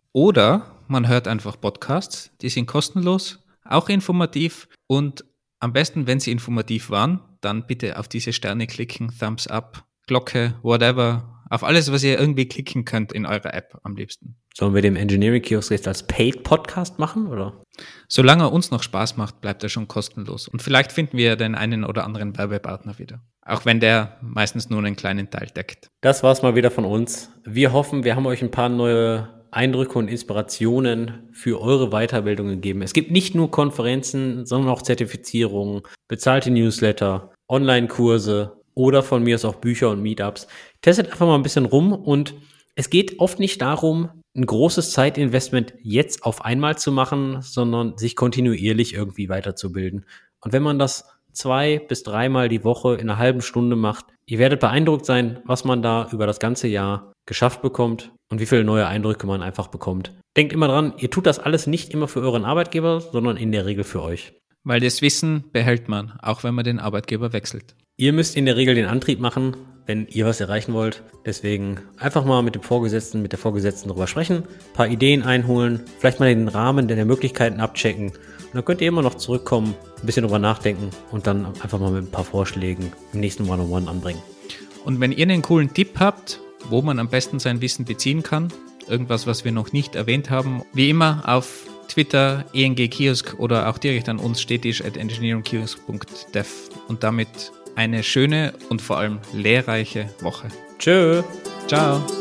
Oder man hört einfach Podcasts, die sind kostenlos, auch informativ und am besten, wenn sie informativ waren, dann bitte auf diese Sterne klicken, Thumbs up, Glocke, whatever, auf alles, was ihr irgendwie klicken könnt in eurer App am liebsten. Sollen wir dem Engineering Kiosk jetzt als Paid-Podcast machen, oder? Solange er uns noch Spaß macht, bleibt er schon kostenlos. Und vielleicht finden wir den einen oder anderen Werbepartner wieder. Auch wenn der meistens nur einen kleinen Teil deckt. Das war's mal wieder von uns. Wir hoffen, wir haben euch ein paar neue Eindrücke und Inspirationen für eure Weiterbildung gegeben. Es gibt nicht nur Konferenzen, sondern auch Zertifizierungen, bezahlte Newsletter, Online-Kurse oder von mir aus auch Bücher und Meetups. Testet einfach mal ein bisschen rum und es geht oft nicht darum, ein großes Zeitinvestment jetzt auf einmal zu machen, sondern sich kontinuierlich irgendwie weiterzubilden. Und wenn man das zwei bis dreimal die Woche in einer halben Stunde macht, Ihr werdet beeindruckt sein, was man da über das ganze Jahr geschafft bekommt und wie viele neue Eindrücke man einfach bekommt. Denkt immer dran, ihr tut das alles nicht immer für euren Arbeitgeber, sondern in der Regel für euch. Weil das Wissen behält man, auch wenn man den Arbeitgeber wechselt. Ihr müsst in der Regel den Antrieb machen, wenn ihr was erreichen wollt. Deswegen einfach mal mit dem Vorgesetzten, mit der Vorgesetzten drüber sprechen, ein paar Ideen einholen, vielleicht mal den Rahmen der Möglichkeiten abchecken. Und dann könnt ihr immer noch zurückkommen, ein bisschen drüber nachdenken und dann einfach mal mit ein paar Vorschlägen im nächsten One-on-One anbringen. Und wenn ihr einen coolen Tipp habt, wo man am besten sein Wissen beziehen kann, irgendwas, was wir noch nicht erwähnt haben, wie immer auf Twitter, E N G Kiosk oder auch direkt an uns stetisch at engineeringkiosk punkt dev. Und damit eine schöne und vor allem lehrreiche Woche. Tschö. Ciao.